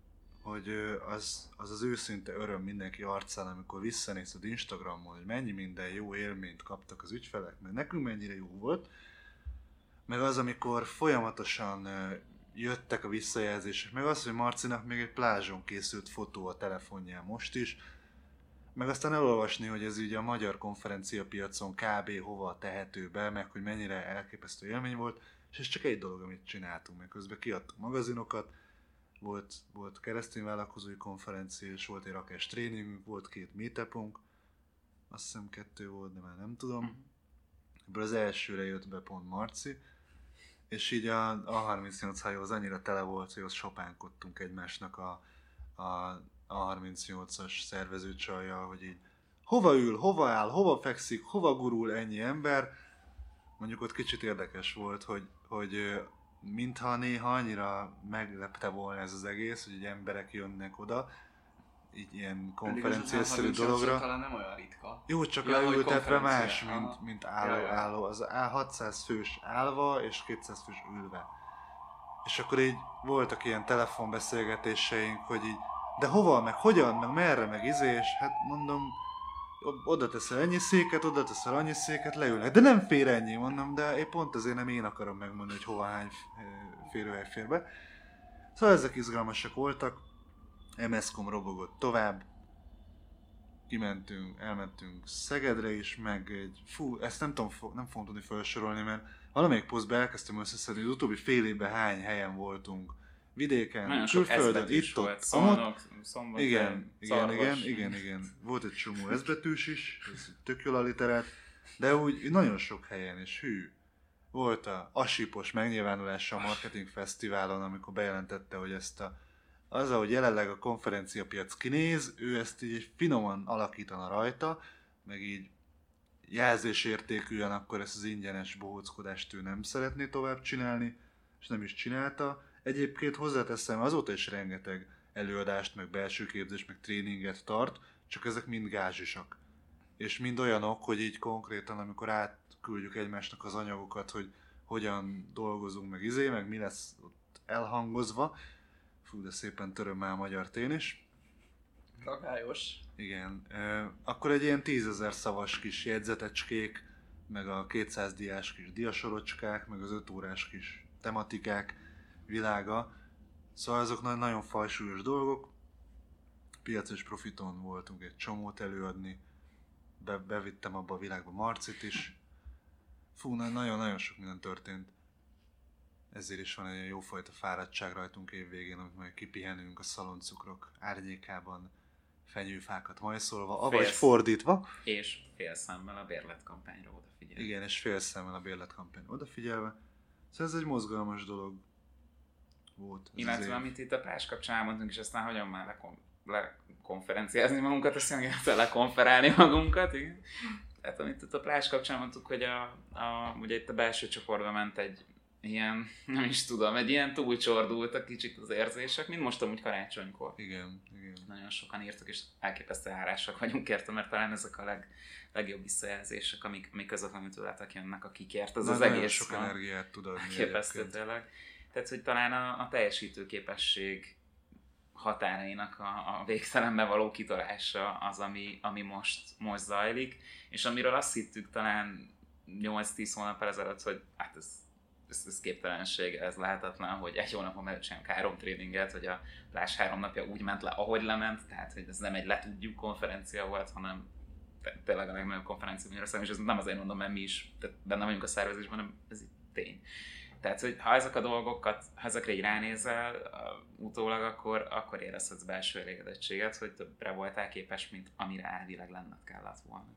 Speaker 2: az őszinte öröm mindenki arcán, amikor visszanézed Instagramon, hogy mennyi minden jó élményt kaptak az ügyfelek, meg nekünk mennyire jó volt, meg az, amikor folyamatosan jöttek a visszajelzések, meg az, hogy Marcinak még egy plázson készült fotó a telefonján most is, meg aztán elolvasni, hogy ez így a magyar konferenciapiacon kb. Hova tehető be, meg hogy mennyire elképesztő élmény volt, és ez csak egy dolog, amit csináltunk, meg közben kiadtuk magazinokat, volt keresztény vállalkozói konferencia, és volt egy rakás tréningünk, volt 2 meetupunk, azt hiszem 2 volt, de már nem tudom. Ebből az elsőre jött be pont Marci, és így a 38 hajó az annyira tele volt, hogy ott sopánkodtunk egymásnak a 38-as szervezőcsajjal, hogy így hova ül, hova áll, hova fekszik, hova gurul ennyi ember. Mondjuk ott kicsit érdekes volt, hogy mintha néha annyira meglepte volna ez az egész, hogy emberek jönnek oda, így ilyen konferenciaszerű dologra.
Speaker 3: Talán nem olyan ritka.
Speaker 2: Jó, csak leültetve más, mint álló. Az 600 fős állva és 200 fős ülve. És akkor így voltak ilyen telefonbeszélgetéseink, hogy így, de hova, meg hogyan, meg merre, meg és hát mondom, oda teszel ennyi széket, oda teszel annyi széket, leülnek. De nem fér ennyi, mondom, de pont azért nem én akarom megmondani, hogy hova hány férőhely fér be. Szóval ezek izgalmasak voltak. MSZ-kom robogott tovább. Elmentünk Szegedre is, meg ezt nem fogom tudni felsorolni, mert valamelyik posztba elkezdtem összeszedni, hogy az utóbbi fél évben hány helyen voltunk. Vidéken,
Speaker 4: nagyon
Speaker 2: külföldön, itt-ott,
Speaker 4: Szombat,
Speaker 2: igen. Volt egy csomó ezbetűs is, ez tök jól alliterált, de úgy nagyon sok helyen, és volt a Asipos megnyilvánulása a Marketing Fesztiválon, amikor bejelentette, hogy az, ahogy jelenleg a konferenciapiac kinéz, ő ezt így finoman alakítana rajta, meg így jelzésértékűen akkor ezt az ingyenes bohóckodást ő nem szeretné tovább csinálni, és nem is csinálta. Egyébként hozzáteszem, azóta is rengeteg előadást, meg belső képzést, meg tréninget tart, csak ezek mind gázsisak. És mind olyanok, hogy így konkrétan, amikor átküldjük egymásnak az anyagokat, hogy hogyan dolgozunk, meg mi lesz ott elhangozva. Fú, de szépen töröm már a magyart én is.
Speaker 3: Ragályos.
Speaker 2: Igen. Akkor egy ilyen 10 000 szavas kis jegyzetecskék, meg a 200 diás kis diasorocskák, meg az 5 órás kis tematikák világa. Szóval azok nagyon fajsúlyos dolgok. Piacos profiton voltunk egy csomót előadni. Bevittem abba a világba Marcit is. Fú, nagyon-nagyon sok minden történt. Ezért is van egy jófajta fáradtság rajtunk évvégén, amit majd kipihenünk a szaloncukrok árnyékában, fenyőfákat majszolva, avagy fordítva.
Speaker 4: És félszemmel a bérletkampányra odafigyelve.
Speaker 2: Igen, és félszemmel a bérletkampányra odafigyelve. Szóval ez egy mozgalmas dolog volt.
Speaker 4: Illetve amit itt a Prás kapcsán elmondtunk, és aztán hogyan már lekonferenciázni magunkat, azt mondjuk, lekonferálni magunkat, igen. Tehát amit itt a Prás kapcsán mondtuk, hogy ugye itt a belső csoportban ment egy ilyen, nem is tudom, egy ilyen túlcsordultak kicsit az érzések, mint most amúgy karácsonykor.
Speaker 2: Igen.
Speaker 4: Nagyon sokan írtak, és elképesztő hálásak vagyunk érte, mert talán ezek a legjobb visszajelzések, amik közvetlenül tőletek jönnek, akikért az egész
Speaker 2: sok energiát tud adni.
Speaker 4: Elképesztő tényleg. Tehát, hogy talán a teljesítőképesség határainak a végtelenbe való kitolása az, ami most zajlik, és amiről azt hittük talán 8-10 hónappal ezelőtt, hogy hát ez képtelenség, ez lehetetlen, hogy egy hónapon belül csinálunk 3 tréninget, hogy a Plás 3 napja úgy ment le, ahogy lement, tehát hogy ez nem egy letudjuk konferencia volt, hanem tényleg a legnagyobb konferencia Magyarországon, és ez nem azért mondom, mert mi is benne vagyunk a szervezésben, hanem ez így tény. Tehát, hogy ha ezek a dolgokat, ha ezekre így ránézel utólag, akkor érezhetsz belső elégedettséget, hogy többre voltál képes, mint amire elvileg lenned kellett volna.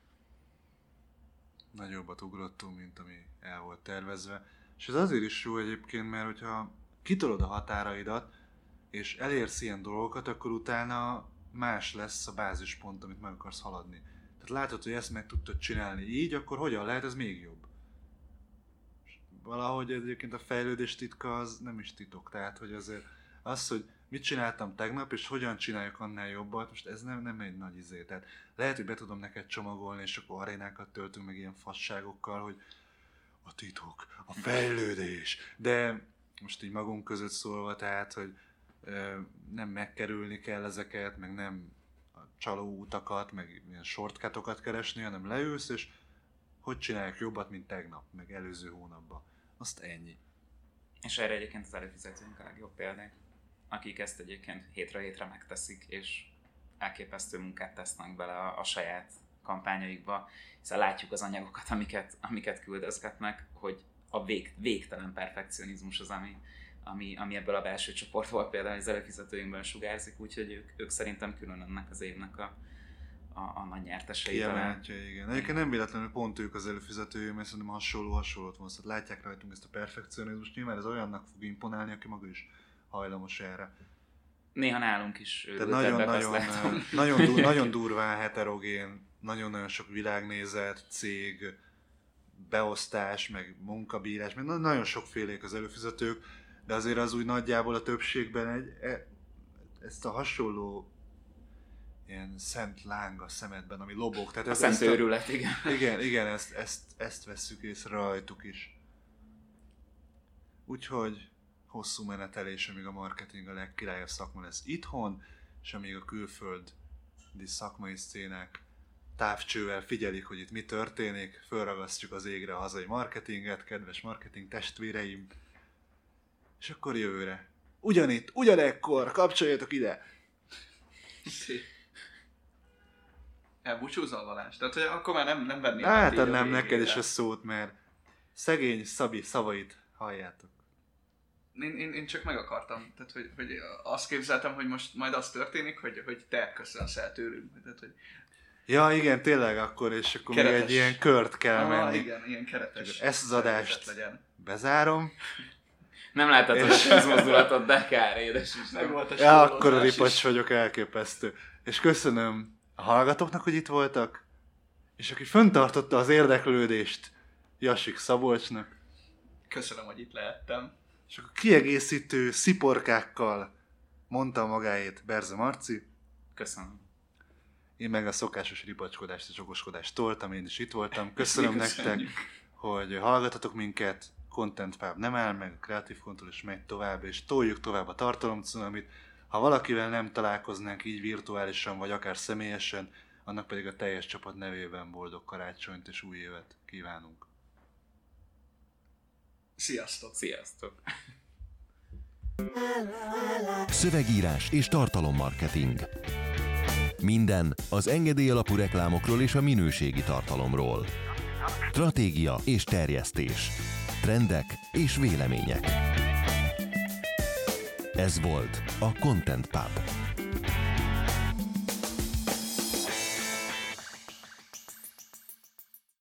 Speaker 2: Nagyobbat ugrottunk, mint ami el volt tervezve. És ez azért is jó egyébként, mert hogyha kitolod a határaidat, és elérsz ilyen dolgokat, akkor utána más lesz a bázispont, amit meg akarsz haladni. Tehát látod, hogy ezt meg tudtad csinálni így, akkor hogyan lehet ez még jobb? Valahogy egyébként a fejlődés titka az nem is titok, tehát hogy azért az, hogy mit csináltam tegnap, és hogyan csináljuk annál jobbat, most ez nem egy nagy izé. Tehát lehet, hogy be tudom neked csomagolni, és akkor arénákat töltünk meg ilyen fasságokkal, hogy a titok, a fejlődés. De most így magunk között szólva, tehát, hogy nem megkerülni kell ezeket, meg nem a csaló utakat, meg ilyen shortcutokat keresni, hanem leülsz, és hogy csinálják jobbat, mint tegnap, meg előző hónapban. Azt ennyi.
Speaker 4: És erre egyébként az előfizetőink a legjobb példák, akik ezt egyébként hétről hétre megteszik, és elképesztő munkát tesznek bele a saját kampányaikba, hiszen látjuk az anyagokat, amiket küldözgetnek, hogy a végtelen perfekcionizmus az, ami ebből a belső csoportból például az előfizetőinkben sugárzik, úgyhogy ők szerintem külön ennek az évnek a nagy nyertesei.
Speaker 2: Kiemeltje, igen. Egyébként nem véletlenül pont ők az előfizetői, mert szerintem hasonlót van. Szóval látják rajtunk ezt a perfekcionizmust, nyilván ez olyannak fog imponálni, aki maga is hajlamos erre.
Speaker 4: Néha nálunk is
Speaker 2: nagyon durván heterogén, nagyon-nagyon sok világnézet, cég, beosztás, meg munkabírás, meg nagyon sokfélék az előfizetők, de azért az úgy nagyjából a többségben ezt a hasonló ilyen szent láng a szemedben, ami lobog. Tehát
Speaker 4: a szent őrület, igen.
Speaker 2: Igen, ezt vesszük észre rajtuk is. Úgyhogy hosszú menetelés, amíg a marketing a legkirályabb szakma lesz itthon, és amíg a külföldi szakmai szcénák távcsővel figyelik, hogy itt mi történik, fölragasztjuk az égre a hazai marketinget, kedves marketing testvéreim, és akkor jövőre. Ugyanitt, ugyanekkor, kapcsoljatok ide!
Speaker 3: Elbúcsúzol, Balázs? Tehát, hogy akkor már nem vennél.
Speaker 2: Hát nem neked is a szót, mert szegény Szabi szavait halljátok.
Speaker 3: Én csak meg akartam, tehát hogy azt képzeltem, hogy most majd az történik, hogy te köszönsz el tőlünk. Tehát, hogy
Speaker 2: ja, igen, tényleg akkor, és akkor keretes. Még egy ilyen kört kell menni.
Speaker 3: Igen, ilyen keretes.
Speaker 2: Ezt az adást bezárom.
Speaker 4: Nem láttad, hogy ez mozdulatot, de kár, édes is.
Speaker 2: Ja, akkor a ripacs vagyok, elképesztő. És köszönöm a hallgatóknak, hogy itt voltak, és aki fenntartotta az érdeklődést, Jasik Szabolcsnak.
Speaker 3: Köszönöm, hogy itt lehettem.
Speaker 2: És akkor kiegészítő sziporkákkal mondta magáét Berze Marci.
Speaker 4: Köszönöm.
Speaker 2: Én meg a szokásos ripacskodást és okoskodást toltam, én is itt voltam. Köszönöm nektek, hogy hallgatatok minket. Content Pub nem áll meg, a Creative Control is megy tovább, és toljuk tovább a tartalomcunamit. Ha valakivel nem találkoznánk így virtuálisan, vagy akár személyesen, annak pedig a teljes csapat nevében boldog karácsonyt és új évet kívánunk.
Speaker 3: Sziasztok!
Speaker 4: Sziasztok!
Speaker 1: Szövegírás és tartalommarketing. Minden az engedély alapú reklámokról és a minőségi tartalomról. Stratégia és terjesztés. Trendek és vélemények. Ez volt a Content Pub.